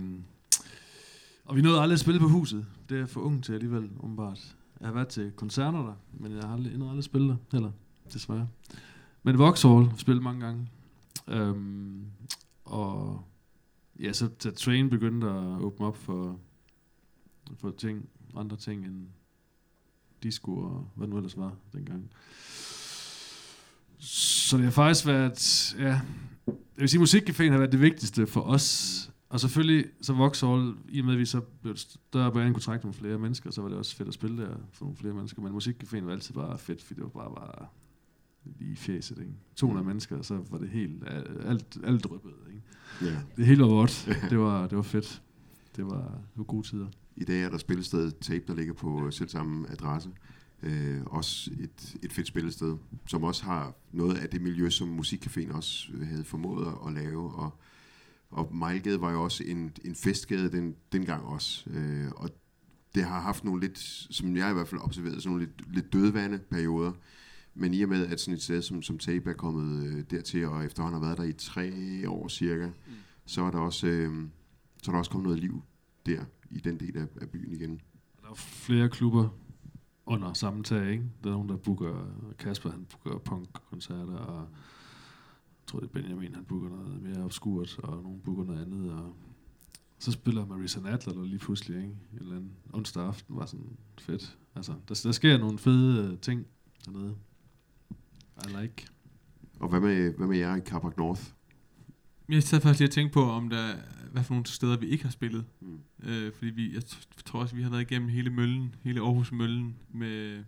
og vi nåede aldrig at spille på huset. Det er jeg for ung til alligevel, umiddelbart. Jeg har været til koncerter der, men jeg har aldrig spillet der heller, desværre. Men Vauxhall spillede mange gange. Og ja, så da Train begyndte at åbne op for andre ting end disco og hvad det nu ellers var dengang. Så det har faktisk været, ja, jeg vil sige, musikcaféen har været det vigtigste for os. Og selvfølgelig, så Vauxhall, i og med at vi så blev større på en kontrakt med flere mennesker, så var det også fedt at spille der for nogle flere mennesker. Men musikcaféen var altid bare fedt, fordi det var bare lige fjeset, ikke? 200 mennesker, så var det helt, alt dryppede, ikke? Yeah. Det hele var vådt. Det var fedt. Det var gode tider. I dag er der spillested Tape, der ligger på selv samme adresse. Også et fedt spillested, som også har noget af det miljø, som musikcaféen også havde formået at lave. Og Mejlgade var jo også en festgade dengang også. Og det har haft nogle lidt, som jeg i hvert fald observerede, sådan nogle lidt dødvande perioder. Men i og med, at sådan et sted som Tape er kommet dertil, og efterhånden har været der i 3 år cirka, så er der også kommet noget liv der, i den del af byen igen. Der er flere klubber under samme tag, ikke? Der er nogen, der booker, Kasper han booker punk-koncerter, tror det er Benjamin, han booker noget mere obskurt, og nogen booker noget andet, og så spiller Marissa Nadler lige pludselig, ikke? En eller anden onsdag aften var sådan fedt. Altså, der sker nogle fede ting dernede. I like. Og hvad med jer i Carpark North? Jeg sad faktisk lige at tænke på, om der hvad for nogle steder, vi ikke har spillet. Fordi jeg tror også, vi har været igennem hele møllen, hele Aarhus Møllen. Med,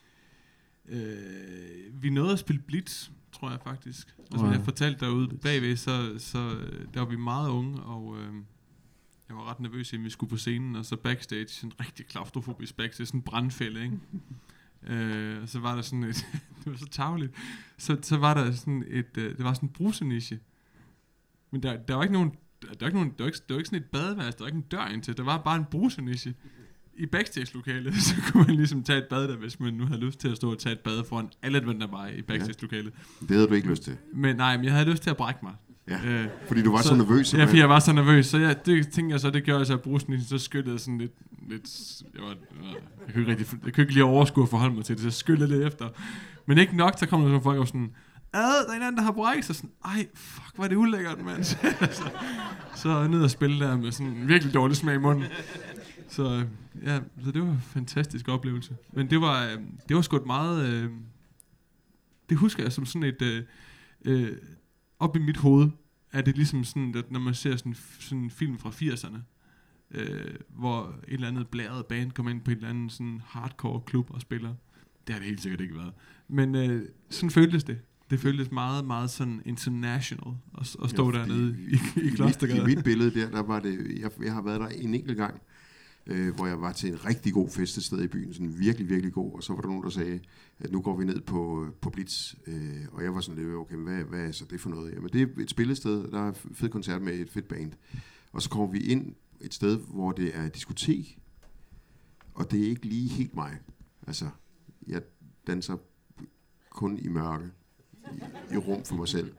vi nåede at spille Blitz, tror jeg faktisk. Og som jeg fortalte derude bagved, så der var vi meget unge, og jeg var ret nervøs, at vi skulle på scenen, og så backstage, sådan en rigtig klaustrofobisk backstage, sådan en brandfælde, ikke? Og så var der sådan et, det var så tarveligt, så var der sådan et, det var sådan en bruseniche, men der var ikke nogen, der var ikke sådan et badeværelse, der var ikke en dør ind til, der var bare en bruseniche i backstage-lokalet, så kunne man ligesom tage et bad der, hvis man nu havde lyst til at stå og tage et bad foran alle, der var i backstage-lokalet. Det havde du ikke lyst til? Men jeg havde lyst til at brække mig. Ja, fordi du var så nervøs. Ja, fordi jeg var så nervøs, så det tænkte jeg så, det gjorde jeg så, at brusen så skyllede sådan lidt jeg kunne ikke lige overskue at forholde mig til det, så skyllede lidt efter. Men ikke nok, så kom der sådan folk og sådan, der er en anden, der har brækket sig, sådan, ej, fuck, hvor er det ulækkert, mand. så ned og spille der med sådan en virkelig dårlig smag i munden. Så det var en fantastisk oplevelse. Men det var sgu et meget, det husker jeg som sådan et, op i mit hoved, er det ligesom sådan, at når man ser sådan en film fra 80'erne, hvor et eller andet blæret band kommer ind på et eller andet sådan hardcore klub og spiller. Det har det helt sikkert ikke været. Men sådan føltes det. Det føltes meget, meget sådan international at stå dernede i Klostergade. I mit billede der var det, jeg har været der en enkelt gang, hvor jeg var til en rigtig god fest et sted i byen, sådan virkelig, virkelig god, og så var der nogen, der sagde, at nu går vi ned på Blitz, og jeg var sådan lidt, okay, hvad er så det for noget? Jamen det er et spillested, der er fed koncert med et fedt band, og så kommer vi ind et sted, hvor det er et diskotek, og det er ikke lige helt mig. Altså, jeg danser kun i mørke, i rum for mig selv.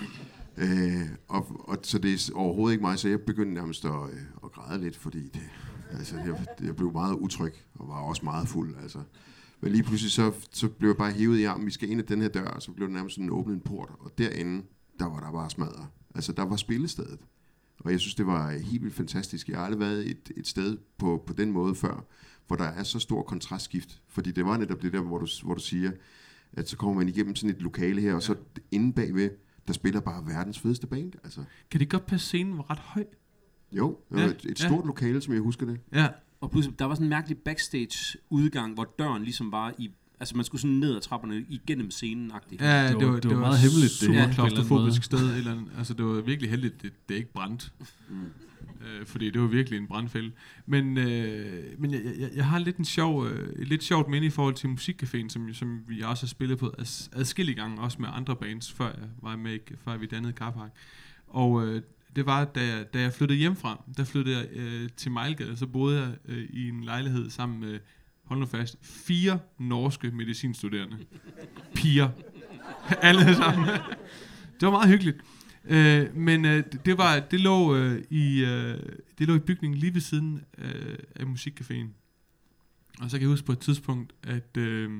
Og så det er overhovedet ikke mig, så jeg begyndte nærmest at græde lidt, fordi jeg blev meget utryg, og var også meget fuld, altså. Men lige pludselig så blev jeg bare hævet i armen, vi skal ind i den her dør, og så blev det nærmest sådan åbnet en port, og derinde, der var der bare smadret. Altså, der var spillestedet. Og jeg synes, det var helt vildt fantastisk. Jeg har aldrig været et sted på den måde før, hvor der er så stor kontrastskift. Fordi det var netop det der, hvor du siger, at så kommer man igennem sådan et lokale her, og så inde bagved, der spiller bare verdens fedeste band. Altså. Kan det godt passe, scenen var ret høj? Jo, det var et stort lokale, som jeg husker det. Ja, og pludselig, der var sådan en mærkelig backstage-udgang, hvor døren ligesom var i... Altså, man skulle sådan ned ad trapperne igennem scenen-agtigt. Ja, det var meget hemmeligt. Super klaustrofobisk sted. Eller, altså, det var virkelig heldigt, det ikke brændt. Fordi det var virkelig en brandfælde. Men jeg har lidt lidt sjovt minde i forhold til Musikcaféen, som vi også har spillet på adskillige gange, også med andre bands, før vi dannede Carpark. Og det var, da jeg flyttede hjemmefra, der flyttede jeg til Mejlgade, så boede jeg i en lejlighed sammen med, hold nu fast, 4 norske medicinstuderende. Piger. Alle sammen. Det var meget hyggeligt. Men det lå i bygningen lige ved siden af Musikcaféen. Og så kan jeg huske på et tidspunkt, at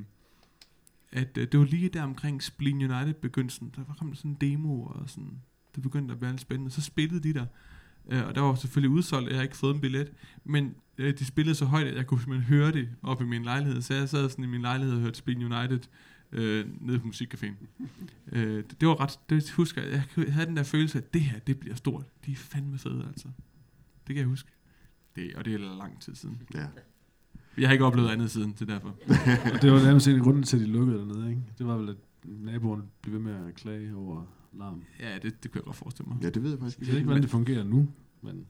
det var lige der omkring Spleen United begyndelsen. Der kom sådan en demo, og sådan, det begyndte at være lidt spændende. Så spillede de der. Og der var selvfølgelig udsolgt, jeg har ikke fået en billet. Men de spillede så højt, at jeg kunne simpelthen høre det op i min lejlighed. Så jeg sad sådan i min lejlighed og hørte Spleen United nede på Musikcaféen. Det var ret, det husker jeg havde den der følelse, at det her, det bliver stort. De er fandme fede, altså. Det kan jeg huske. Og det er lang tid siden. Ja. Jeg har ikke oplevet andet siden, til derfor. Og det var nærmest en grund til, at de lukkede dernede, ikke? Det var vel, at naboerne blev ved med at klage over larm. Ja, det kunne jeg godt forestille mig. Ja, det ved jeg faktisk ikke. Jeg ved ikke, hvordan det fungerer nu, men...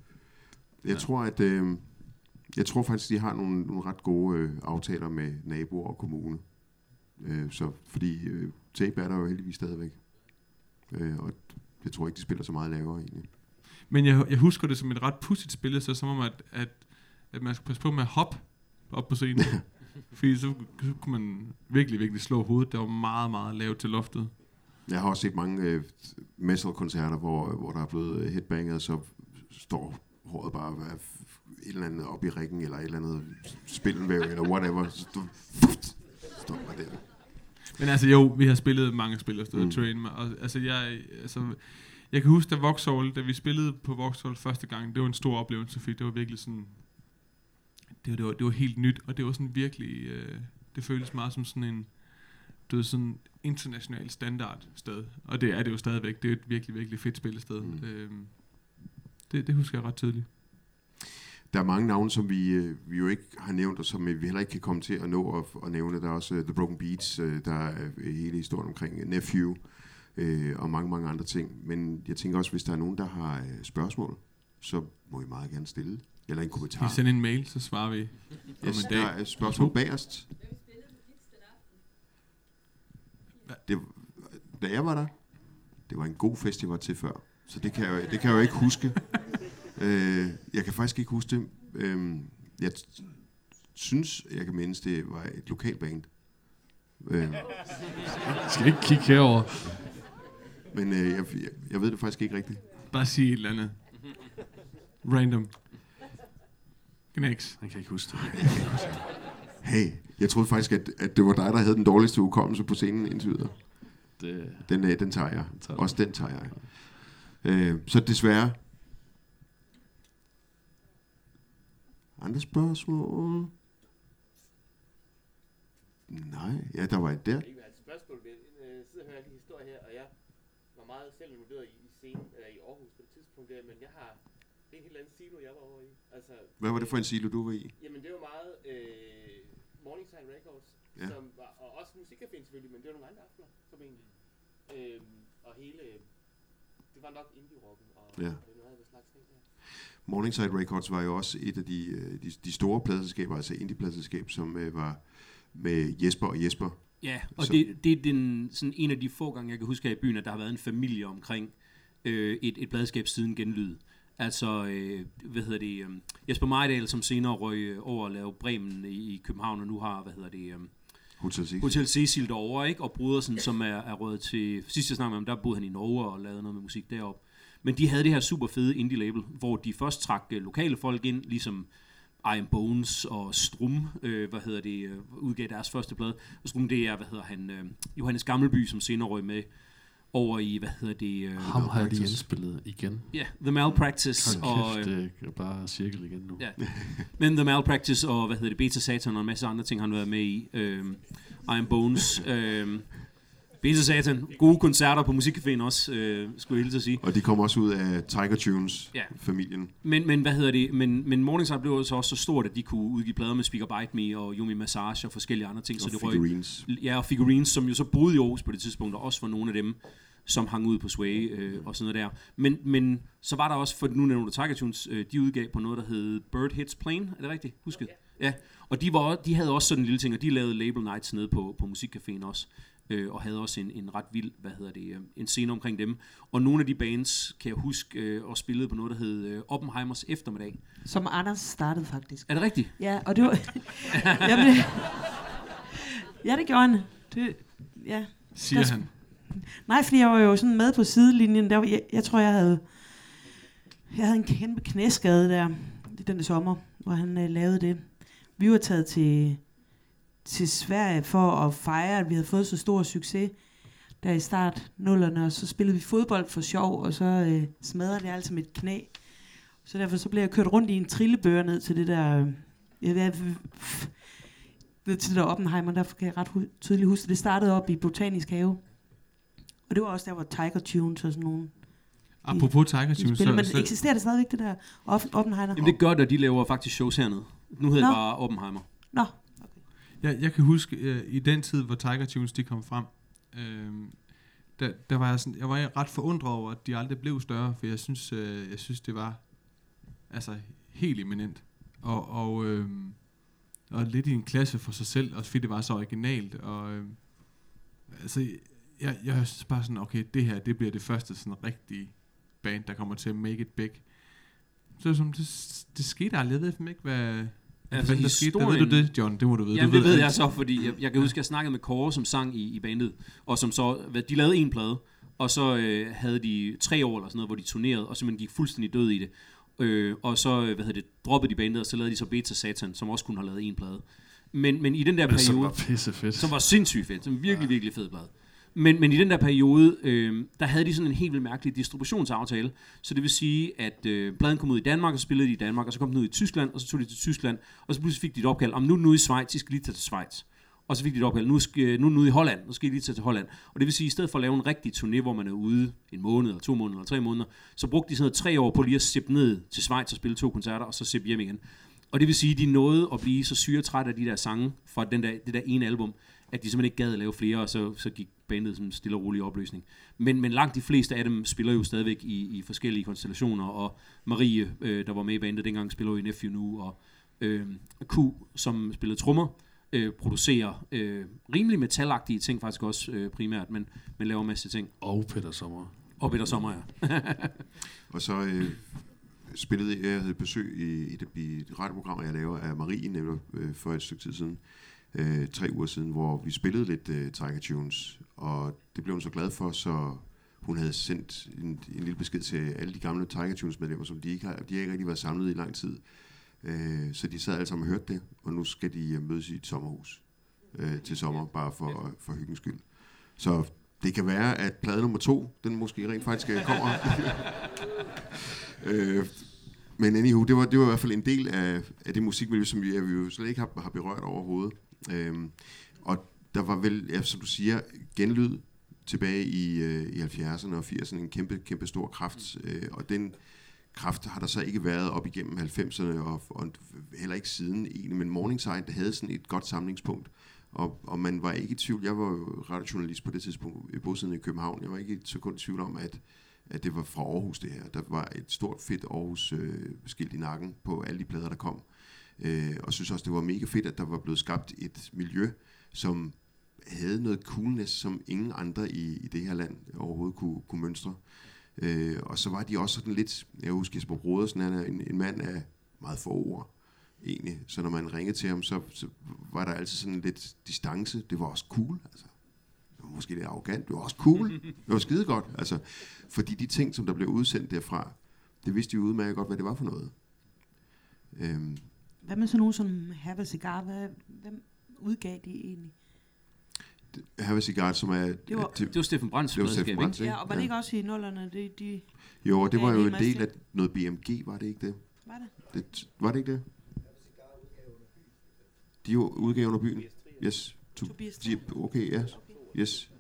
Jeg tror faktisk, de har nogle ret gode aftaler med naboer og kommune. Fordi tape er der jo heldigvis stadigvæk. Og jeg tror ikke, de spiller så meget lavere egentlig. Men jeg husker det som et ret pudsigt spil, så som om, at man skal passe på med at hoppe op på scenen. Fordi så kunne man virkelig, virkelig slå hovedet. Det var meget, meget lavt til loftet. Jeg har også set mange metal-koncerter, hvor der er blevet headbanget, og så står håret bare et eller andet op i riggen, eller et eller andet spindelvæv, eller whatever. Så står bare der. Men altså jo, vi har spillet mange spil og Train. Og, jeg kan huske, da vi spillede på Vauxhall første gang, det var en stor oplevelse, fordi det var virkelig sådan, det var helt nyt, og det var sådan virkelig, det føltes meget som sådan en, det var sådan international standard sted, og det er det jo stadigvæk. Det er et virkelig, virkelig fedt spillested. Det husker jeg ret tydeligt. Der er mange navne, som vi jo ikke har nævnt, og som vi heller ikke kan komme til at nå at nævne. Der er også The Broken Beats, der er hele historien omkring Nephew, og mange, mange andre ting. Men jeg tænker også, hvis der er nogen, der har spørgsmål, så må I meget gerne stille. Eller en kommentar. Vi sender en mail, så svarer vi om en dag. Der er spørgsmål bagerst. Da jeg var der, det var en god fest, jeg var til før. Så det kan jeg jo ikke huske. Jeg kan faktisk ikke huske det. Jeg synes, jeg kan mindes, det var et lokalband. Skal ikke kigge herover. Men jeg ved det faktisk ikke rigtigt. Bare sige et eller andet. Random. Knæks. Jeg kan ikke huske det. Hey, jeg troede faktisk, at det var dig, der havde den dårligste hukommelse på scenen indtil videre. Den tager jeg. Også den tager jeg. Så desværre. Andre spørgsmål? Nej, ja, der var et der. Det er et spørgsmål. Jeg sidder og hører alle de historier her, og jeg var meget selv involveret i scenen i Aarhus på et tidspunkt der, men jeg har det er en helt anden silo, jeg var over i. Altså, hvad var det for en silo, du var i? Jamen, det var meget Morningside Records, ja. Som var, og også Musikcaféen selvfølgelig, men det var nogle andre aftener, som egentlig. Og hele, det var nok indie-rocken og noget af det slags ting der. Morningside Records var jo også et af de store pladeselskaber, altså indie-pladeselskab, som var med Jesper og Jesper. Ja, og det er sådan en af de få gange, jeg kan huske her i byen, at der har været en familie omkring et pladeskab siden Genlyd. Altså, Jesper Mejdal, som senere røg over at lave Bremen i København, og nu har, Hotel Cecil derovre, ikke? Og Brudersen, som er røget til, sidst jeg snakkede med ham, der boede han i Norge og lavede noget med musik deroppe. Men de havde det her super fede indie-label, hvor de først trak lokale folk ind, ligesom Iron Bones og Strum, udgav deres første plade. Og Strum, det er, Johannes Gammelby, som senere røg med over i, ham har jeg lige indspillet igen. Ja, The Malpractice. Det er bare cirkel igen nu. Ja. Men The Malpractice og, Beta Satan og en masse andre ting, han har været med i. Iron Bones. Beta Satan. Gode koncerter på Musikcaféen også, skulle jeg hilse at sige. Og de kom også ud af Tiger Tunes familien. Men Morningside blev så også så stort, at de kunne udgive plader med Speak Bite Me og Yumi Massage og forskellige andre ting. Og Figurines. Og Figurines, som jo så boede i Aarhus på det tidspunkt, og også var nogle af dem, som hang ud på Sway og sådan noget der. Men så var der også, for nu nævner du Tiger Tunes, de udgav på noget, der hed Bird Hits Plane. Er det rigtigt? Husket? Ja. Og de havde også sådan en lille ting, og de lavede Label Nights nede på Musikcaféen også. Og havde også en ret vild, en scene omkring dem. Og nogle af de bands, kan jeg huske, og spillede på noget, der hed Oppenheimers Eftermiddag. Som Anders startede faktisk. Er det rigtigt? Ja, og det var... ja, det gjorde han. Siger han. Nej, fordi jeg var jo sådan med på sidelinjen. Jeg tror, jeg havde en kæmpe knæskade der i den sommer, hvor han lavede det. Vi var taget til Sverige for at fejre, at vi havde fået så stor succes der i start 0'erne, og så spillede vi fodbold for sjov, og så smadrede det altså mit knæ. Så derfor så blev jeg kørt rundt i en trillebør ned til det der, til det der Oppenheimer, der kan jeg ret tydeligt huske, det startede op i Botanisk Have. Og det var også der, hvor Tiger Tunes og sådan nogle... Apropos Tiger Tunes... Men eksisterer det stadigvæk, det der Oppenheimer? Jamen det gør det, og de laver faktisk shows hernede. Nu hedder det bare Oppenheimer. Nå. Jeg kan huske, i den tid, hvor Tiger Tunes de kom frem, der var jeg var ret forundret over, at de aldrig blev større, for jeg synes det var altså helt eminent. Og lidt i en klasse for sig selv, også fordi det var så originalt. Og altså, jeg synes bare sådan, okay, det her, det bliver det første sådan rigtige band, der kommer til at make it big. Så som det skete aldrig. Jeg ved ikke, hvad... Altså historien... Ved du det, John? Det må du vide. Jamen, det ved jeg så, fordi jeg kan huske, at jeg snakkede med Kåre, som sang i bandet, og som så, de lavede en plade, og så havde de 3 år eller sådan noget, hvor de turnerede, og simpelthen gik fuldstændig død i det. Og så, droppede de bandet, og så lavede de så Beta Satan, som også kunne have lavet en plade. Men i den der Men som periode, var pissefedt. som var sindssygt fedt, som virkelig fed blad. Men i den der periode, der havde de sådan en helt vildt mærkelig distributionsaftale. Så det vil sige, at bladen kom ud i Danmark, og så spillede de i Danmark, og så kom den ud i Tyskland, og så tog de til Tyskland, og så pludselig fik de et opkald, om nu er den ude i Schweiz, I skal lige tage til Schweiz. Og så fik de et opkald, nu er den ude i Holland, nu skal I lige tage til Holland. Og det vil sige, at i stedet for at lave en rigtig turné, hvor man er ude en måned, eller 2 måneder, eller 3 måneder, så brugte de sådan noget 3 år på lige at sippe ned til Schweiz og spille 2 koncerter, og så sippe hjem igen. Og det vil sige, at de nåede at blive så syretræt af de der sange fra det der ene album, at de simpelthen ikke gad at lave flere, og så gik bandet som stille og rolig i opløsning. Men langt de fleste af dem spiller jo stadigvæk i forskellige konstellationer, og Marie, der var med i bandet dengang, spiller jo i Nephew nu, og Q, som spillede trommer, producerer rimelig metalagtige ting faktisk også primært, men laver en masse ting. Og Peter Sommer. Og Peter Sommer, ja. Og så spillede jeg havde besøg i et radioprogram, jeg laver af Marie, nemlig for et stykke tid siden, 3 uger siden, hvor vi spillede lidt Tiger Tunes, og det blev hun så glad for, så hun havde sendt en lille besked til alle de gamle Tiger Tunes medlemmer, som de har ikke rigtig været samlet i lang tid. Så de sad alle sammen og hørte det, og nu skal de mødes i et sommerhus til sommer, bare for hyggens skyld. Så det kan være, at plade nummer 2, den måske rent faktisk kommer. Men anywho, det var i hvert fald en del af det musikmiljø, som vi jo slet ikke har berørt overhovedet. Og der var vel, ja, som du siger, genlyd tilbage i 70'erne og 80'erne, en kæmpe stor kraft, og den kraft har der så ikke været op igennem 90'erne, og heller ikke siden egentlig, men Morningside havde sådan et godt samlingspunkt, og man var ikke i tvivl. Jeg var jo radiojournalist på det tidspunkt, bosiddende i København. Jeg var ikke et sekund i tvivl om, at det var fra Aarhus det her. Der var et stort fedt Aarhus skilt i nakken på alle de plader, der kom. Og synes også, det var mega fedt, at der var blevet skabt et miljø, som havde noget coolness, som ingen andre i det her land overhovedet kunne mønstre. Og så var de også sådan lidt, jeg husker Jesper Brodersen, han er en mand af meget få ord, egentlig. Så når man ringede til ham, så var der altid sådan lidt distance. Det var også cool, altså. Det var måske lidt arrogant, det var også cool. Det var skide godt, altså. Fordi de ting, som der blev udsendt derfra, det vidste de udmærket godt, hvad det var for noget. Hvad med sådan nogen som Have a Cigar? Hvem udgav de egentlig? Have a Cigar, som er... Det var Steffen Brandts pladskab, ikke? Ja, og var det ikke også i 00'erne? Jo, det var jo en del af noget BMG, var det ikke det? Var det? Var det ikke det? De udgav under byen? Yes. Okay, ja. Yes.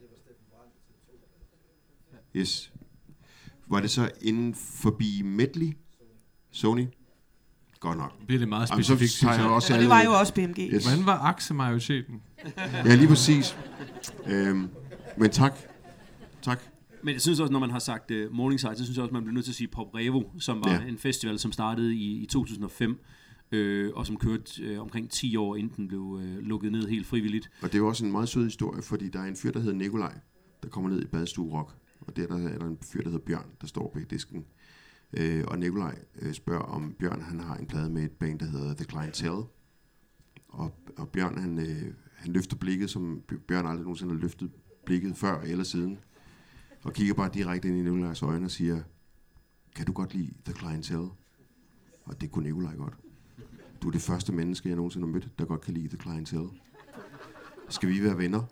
Yes. Var det så inden forbi Medley? Sony? Godt nok. Bliver det meget specifikt. Og det var jo også BMG. Yes. Hvordan var aksemajoriteten? Ja, lige præcis. Men tak. Men jeg synes også, når man har sagt Morningside, så synes jeg også, man bliver nødt til at sige Pop Revo, som var en festival, som startede i 2005, og som kørte omkring 10 år, inden den blev lukket ned helt frivilligt. Og det er jo også en meget sød historie, fordi der er en fyr, der hedder Nikolaj, der kommer ned i Badstue Rock, og der er der en fyr, der hedder Bjørn, der står bag disken. Og Nikolaj spørger, om Bjørn han har en plade med et band, der hedder The Clientele. Og Bjørn han løfter blikket, som Bjørn aldrig nogensinde har løftet blikket før eller siden. Og kigger bare direkte ind i Nikolajs øjne og siger, kan du godt lide The Clientele? Og det kunne Nikolaj godt. Du er det første menneske, jeg nogensinde har mødt, der godt kan lide The Clientele. Skal vi være venner?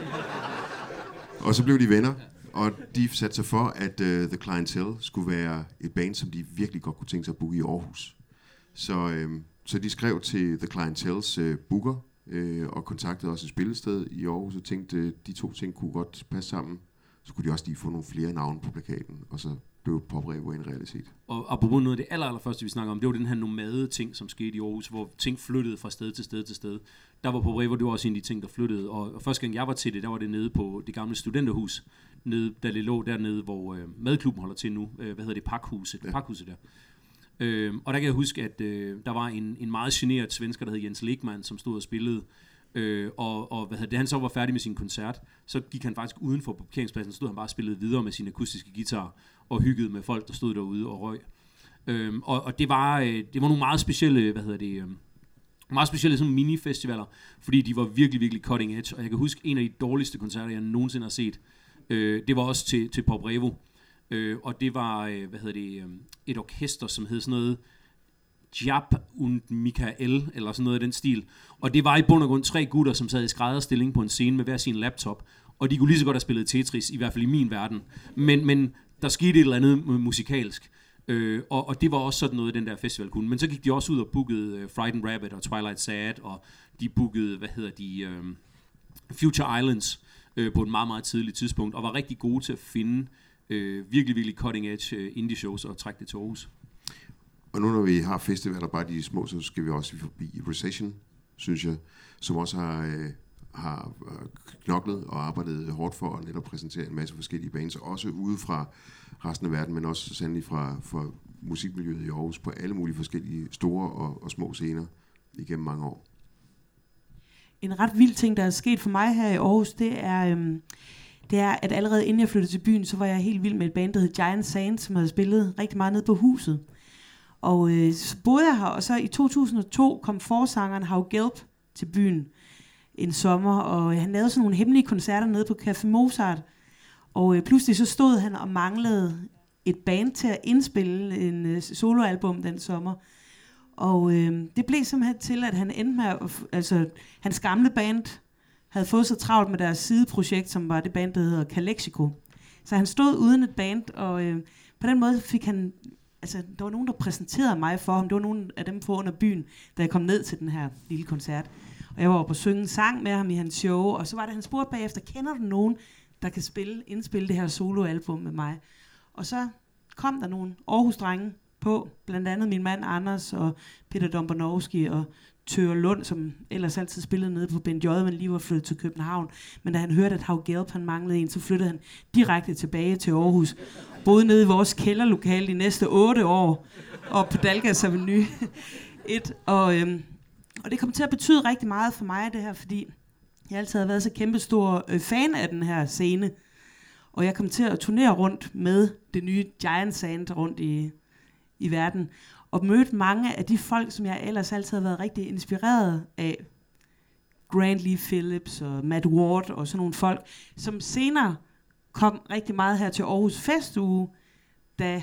Og så blev de venner. Og de satte sig for, at The Clientele skulle være et band, som de virkelig godt kunne tænke sig at booke i Aarhus. Så de skrev til The Clienteles booker og kontaktede også et spillested i Aarhus og tænkte, de 2 ting kunne godt passe sammen. Så kunne de også lige få nogle flere navne på plakaten, og så blev Pop Revo en realitet. Og apropos noget af det allerførste, vi snakker om, det var den her nomade ting, som skete i Aarhus, hvor ting flyttede fra sted til sted til sted. Der var Pop Revo, det var også en af de ting, der flyttede. Og første gang jeg var til det, der var det nede på det gamle studenterhus, nede, da det lå dernede, hvor madklubben holder til nu. Hvad hedder det? Pakhuset. Ja. Pakhuset der. Og der kan jeg huske, at der var en meget generet svensker, der hed Jens Lekman, som stod og spillede. Og hvad hedder det, han så var færdig med sin koncert, så gik han faktisk uden for parkeringspladsen, stod han bare og spillede videre med sin akustiske guitar og hyggede med folk, der stod derude og røg. Og det var nogle meget specielle, meget specielle sådan mini-festivaler, fordi de var virkelig, virkelig cutting edge. Og jeg kan huske, en af de dårligste koncerter, jeg nogensinde har set, det var også til Pop Revo. Og det var, et orkester, som hed sådan noget Jab und Michael, eller sådan noget i den stil. Og det var i bund og grund 3 gutter, som sad i skrædderstilling på en scene med hver sin laptop. Og de kunne lige så godt have spillet Tetris, i hvert fald i min verden. Men der skete et eller andet musikalsk. Og det var også sådan noget, den der festival kunne. Men så gik de også ud og bookede Frightened Rabbit og Twilight Sad, og de bookede, Future Islands på et meget, meget tidligt tidspunkt, og var rigtig gode til at finde virkelig, virkelig cutting edge indie shows og trække det til Aarhus. Og nu når vi har festivaler, bare de små, så skal vi også forbi Recession, synes jeg, som også har knoklet og arbejdet hårdt for at netop præsentere en masse forskellige bands, også ude fra resten af verden, men også sandelig fra musikmiljøet i Aarhus på alle mulige forskellige store og små scener igennem mange år. En ret vild ting, der er sket for mig her i Aarhus, det er, at allerede inden jeg flyttede til byen, så var jeg helt vild med et band, der hed Giant Sand, som havde spillet rigtig meget nede på Huset. Og så boede jeg her, og så i 2002 kom forsangeren Hav Gelb til byen en sommer, og han lavede sådan nogle hemmelige koncerter nede på Café Mozart. Og pludselig så stod han og manglede et band til at indspille en soloalbum den sommer. Og det blev simpelthen til, at han endte med, hans gamle band havde fået så travlt med deres sideprojekt, som var det band, der hedder Calexico. Så han stod uden et band, og på den måde fik han, der var nogen, der præsenterede mig for ham. Det var nogen af dem fra under byen, da jeg kom ned til den her lille koncert. Og jeg var oppe og synge en sang med ham i hans show, og så var det, han spurgte bagefter, kender du nogen, der kan indspille det her soloalbum med mig? Og så kom der nogle Aarhus-drenge på, blandt andet min mand Anders og Peter Dombornowski og Tør Lund, som ellers altid spillede nede på Ben J, men lige var flyttet til København. Men da han hørte, at Hav Gelb han manglede en, så flyttede han direkte tilbage til Aarhus. Boede nede i vores kælderlokale de næste 8 år, og på Dalgas Avenue 1. Og det kom til at betyde rigtig meget for mig, det her, fordi jeg altid har været så kæmpestor fan af den her scene. Og jeg kom til at turnere rundt med det nye Giant Sand rundt i verden. Og mødte mange af de folk, som jeg ellers altid har været rigtig inspireret af. Grant Lee Phillips og Matt Ward og sådan nogle folk, som senere kom rigtig meget her til Aarhus Festuge, da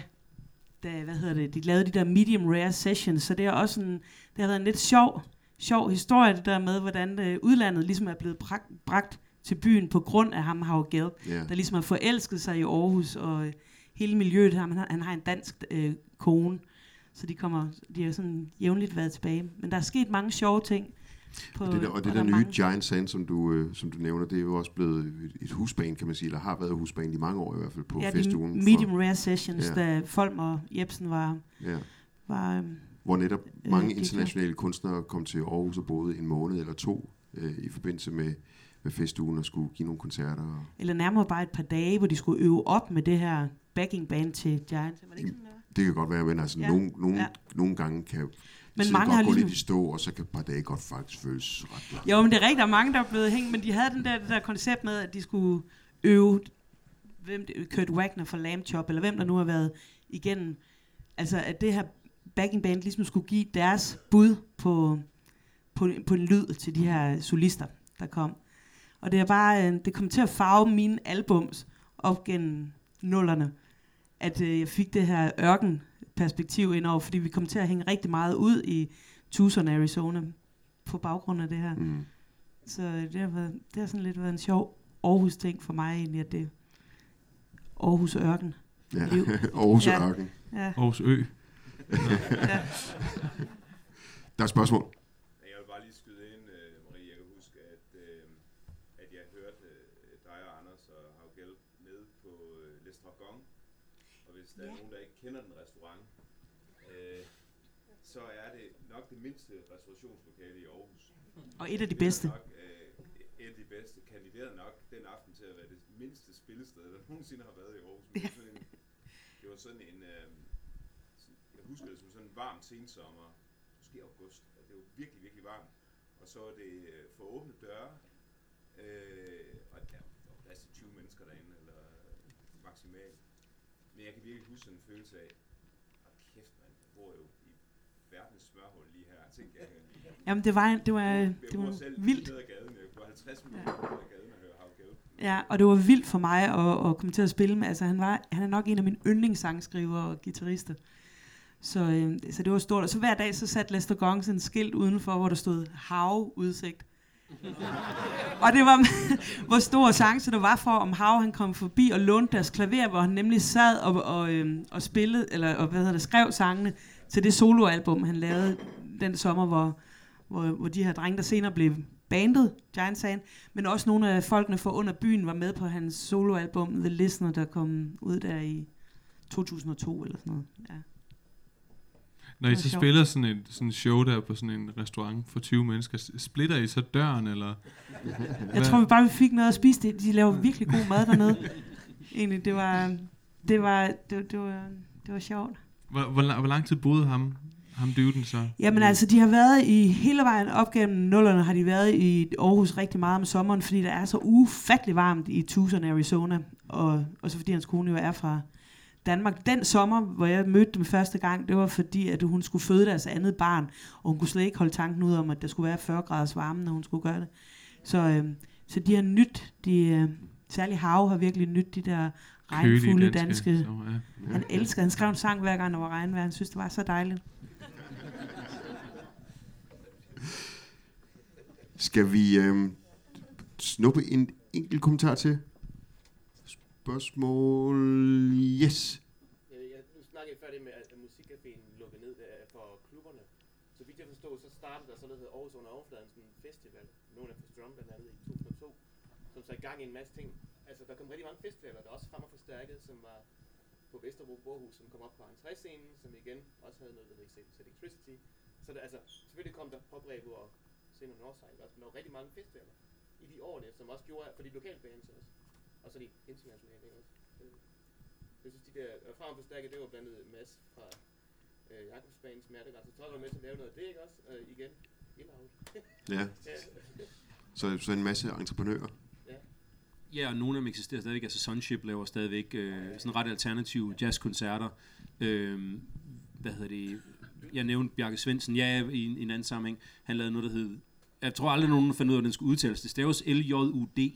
de lavede de der medium rare sessions. Så det er også det har været en lidt sjov historie, det der med, hvordan udlandet ligesom er blevet bragt til byen på grund af ham, Hav Gelb, der ligesom har forelsket sig i Aarhus, og hele miljøet her. Han har en dansk kone, så de har sådan jævnligt været tilbage. Men der er sket mange sjove ting. Og det der nye Giant Sand, som du nævner, det er jo også blevet et husband, kan man sige, eller har været husband i mange år i hvert fald på festugen. Medium Rare Sessions, da Folm og Jebsen var hvor netop mange internationale kunstnere kom til Aarhus og boede en måned eller 2 i forbindelse med festugen og skulle give nogle koncerter. Eller nærmere bare et par dage, hvor de skulle øve op med det her backing band til Giant. Var det ikke sådan, det kan godt være, men altså nogle gange kan men mange godt har gå ligesom lidt i stå, og så kan et par dage godt faktisk føles ret langt. Jo, men det er rigtigt, der er mange, der er blevet hængt, men de havde det der koncept med, at de skulle øve Kurt Wagner fra Lamb Chop, eller hvem der nu har været igennem. Altså, at det her backing band ligesom skulle give deres bud på en lyd til de her solister, der kom. Og det er bare, det kom til at farve mine albums op gennem 0'erne, at jeg fik det her ørkenperspektiv indover, fordi vi kom til at hænge rigtig meget ud i Tucson, Arizona, på baggrund af det her. Mm. Så det har sådan lidt været en sjov Aarhus-ting for mig egentlig, at det Aarhus ørken. Ja, Aarhus ørken. Ja. Aarhus Ø. Ja. Der er spørgsmål. Jeg vil bare lige skyde ind, Marie. Jeg kan huske, at jeg hørte dig og Anders og Hav Gelb nede på L'Estragon. Og hvis der er nogen, der ikke kender den restaurant, så er det nok det mindste restaurationslokale i Aarhus. Og et af de bedste. Et af de bedste. Kandideret nok den aften til at være det mindste spillested, der nogensinde har været i Aarhus. Ja. Det var sådan en... jeg husker det som sådan en varm sensommer, måske august, og det var virkelig, virkelig varmt. Og så var det for åbne døre, og der var plads til 20 mennesker derinde, eller maksimalt. Men jeg kan virkelig huske sådan en følelse af, kæft mand, jeg bor jo i verdens smørhul lige her, tænkte jeg. Jamen det var vildt. Jeg kunne 50 minutter af gaden og høre Hav Gelb. Ja, og det var vildt for mig at komme til at spille med. Altså han er nok en af mine yndlingssangskriver og guitarister. Så det var stort. Og så hver dag så satte Lester Gongs en skilt udenfor, hvor der stod havudsigt. Og det var, hvor stor chance der var for, om Hav han kom forbi og lånte deres klaver, hvor han nemlig sad og spillede, eller skrev sangene til det soloalbum, han lavede den sommer, hvor de her drenge, der senere blev bandet, Giant Sand, men også nogle af folkene fra Under Byen var med på hans soloalbum, The Listener, der kom ud der i 2002 eller sådan noget. Ja. Når I så spiller sådan et show der på sådan en restaurant for 20 mennesker, splitter I så døren, eller? Jeg tror vi bare fik noget at spise. De laver virkelig god mad dernede. Egentlig, det var sjovt. Hvor lang tid boede ham duden så? Jamen altså, de har været i hele vejen op gennem 0'erne, har de været i Aarhus rigtig meget om sommeren, fordi der er så ufattelig varmt i Tucson, Arizona, og så fordi hans kone jo er fra Danmark. Den sommer, hvor jeg mødte dem første gang, det var fordi, at hun skulle føde deres andet barn, og hun kunne slet ikke holde tanken ud om, at der skulle være 40 graders varme, når hun skulle gøre det. Så de har nyt, særlig Hav har virkelig nyt de der regnfulde danske. Så, ja. Han skrev en sang hver gang, der var regnvejr. Han synes, det var så dejligt. Skal vi snuppe en enkelt kommentar til? Spørgsmål? Yes. Nu snakkede jeg før det med, at musikcaféen lukkede ned for klubberne. Så vidt jeg forstod, så startede der sådan noget, der hedder Aarhus under overfladen, sådan en festival. Nogle af Drum blandt andet i 2002, som så i gang i en masse ting. Altså, der kom rigtig mange festivaler, der også fremmer forstærket, som var på Vesterbro Borhus, som kom op på entréscenen, som igen også havde noget, der hedder Electricity. Så der, altså, selvfølgelig kom der Pop-Revo og Scener Northside også, men der var rigtig mange festivaler i de årene, som også gjorde for de lokale bands også. Og så de internationale ting også. Jeg synes, de der fremforstærket, det var blandt andet Mads fra Jakobsbanens Smertegrænse. Så var med til at lave noget af det, ikke også? Igen, indhavn. Ja. Så en masse entreprenører. Ja, og nogle af dem eksisterer stadigvæk. Altså Sunship laver stadigvæk sådan ret alternative jazzkoncerter. Jeg nævnte Bjarke Svendsen, i en anden sammenhæng. Han lavede noget, der hed... Jeg tror aldrig, nogen fandt ud af, hvordan den skulle udtales. Det staves L-J-U-D.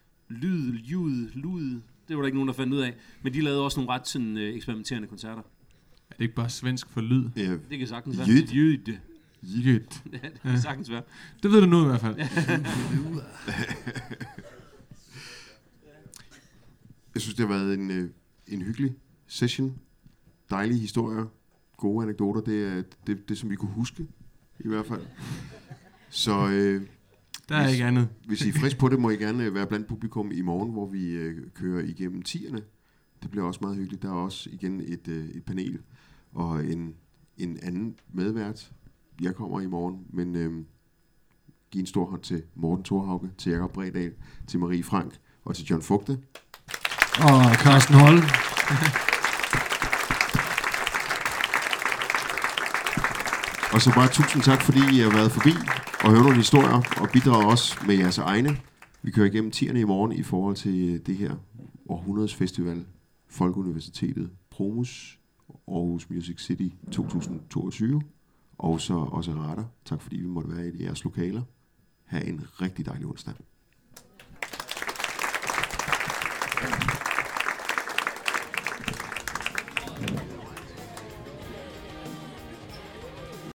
Lyd. Det var der ikke nogen, der fandt ud af. Men de lavede også nogle ret sådan, eksperimenterende koncerter. Er det ikke bare svensk for lyd? Ja. Det kan sagtens være. Jyd. Ja, det kan sagtens være. Det ved du nu i hvert fald. Jeg synes, det har været en hyggelig session. Dejlige historier. Gode anekdoter. Det er det, som vi kunne huske. I hvert fald. Så der er ikke andet. Hvis I er frisk på det, må I gerne være blandt publikum i morgen, hvor vi kører igennem 10'erne. Det bliver også meget hyggeligt. Der er også igen et panel og en anden medvært. Jeg kommer i morgen, men giv en stor hånd til Morten Thorhauge, til Jakob Bredal, til Marie Frank og til John Fugte. Og Carsten Holm. Og så bare tusind tak, fordi I har været forbi og hørt nogle historier og bidrager også med jeres egne. Vi kører igennem 10'erne i morgen i forhold til det her århundredes festival, Folkeuniversitetet Promus, Aarhus Music City 2022, og så også Radar. Tak fordi vi måtte være i jeres lokaler. Ha' en rigtig dejlig onsdag.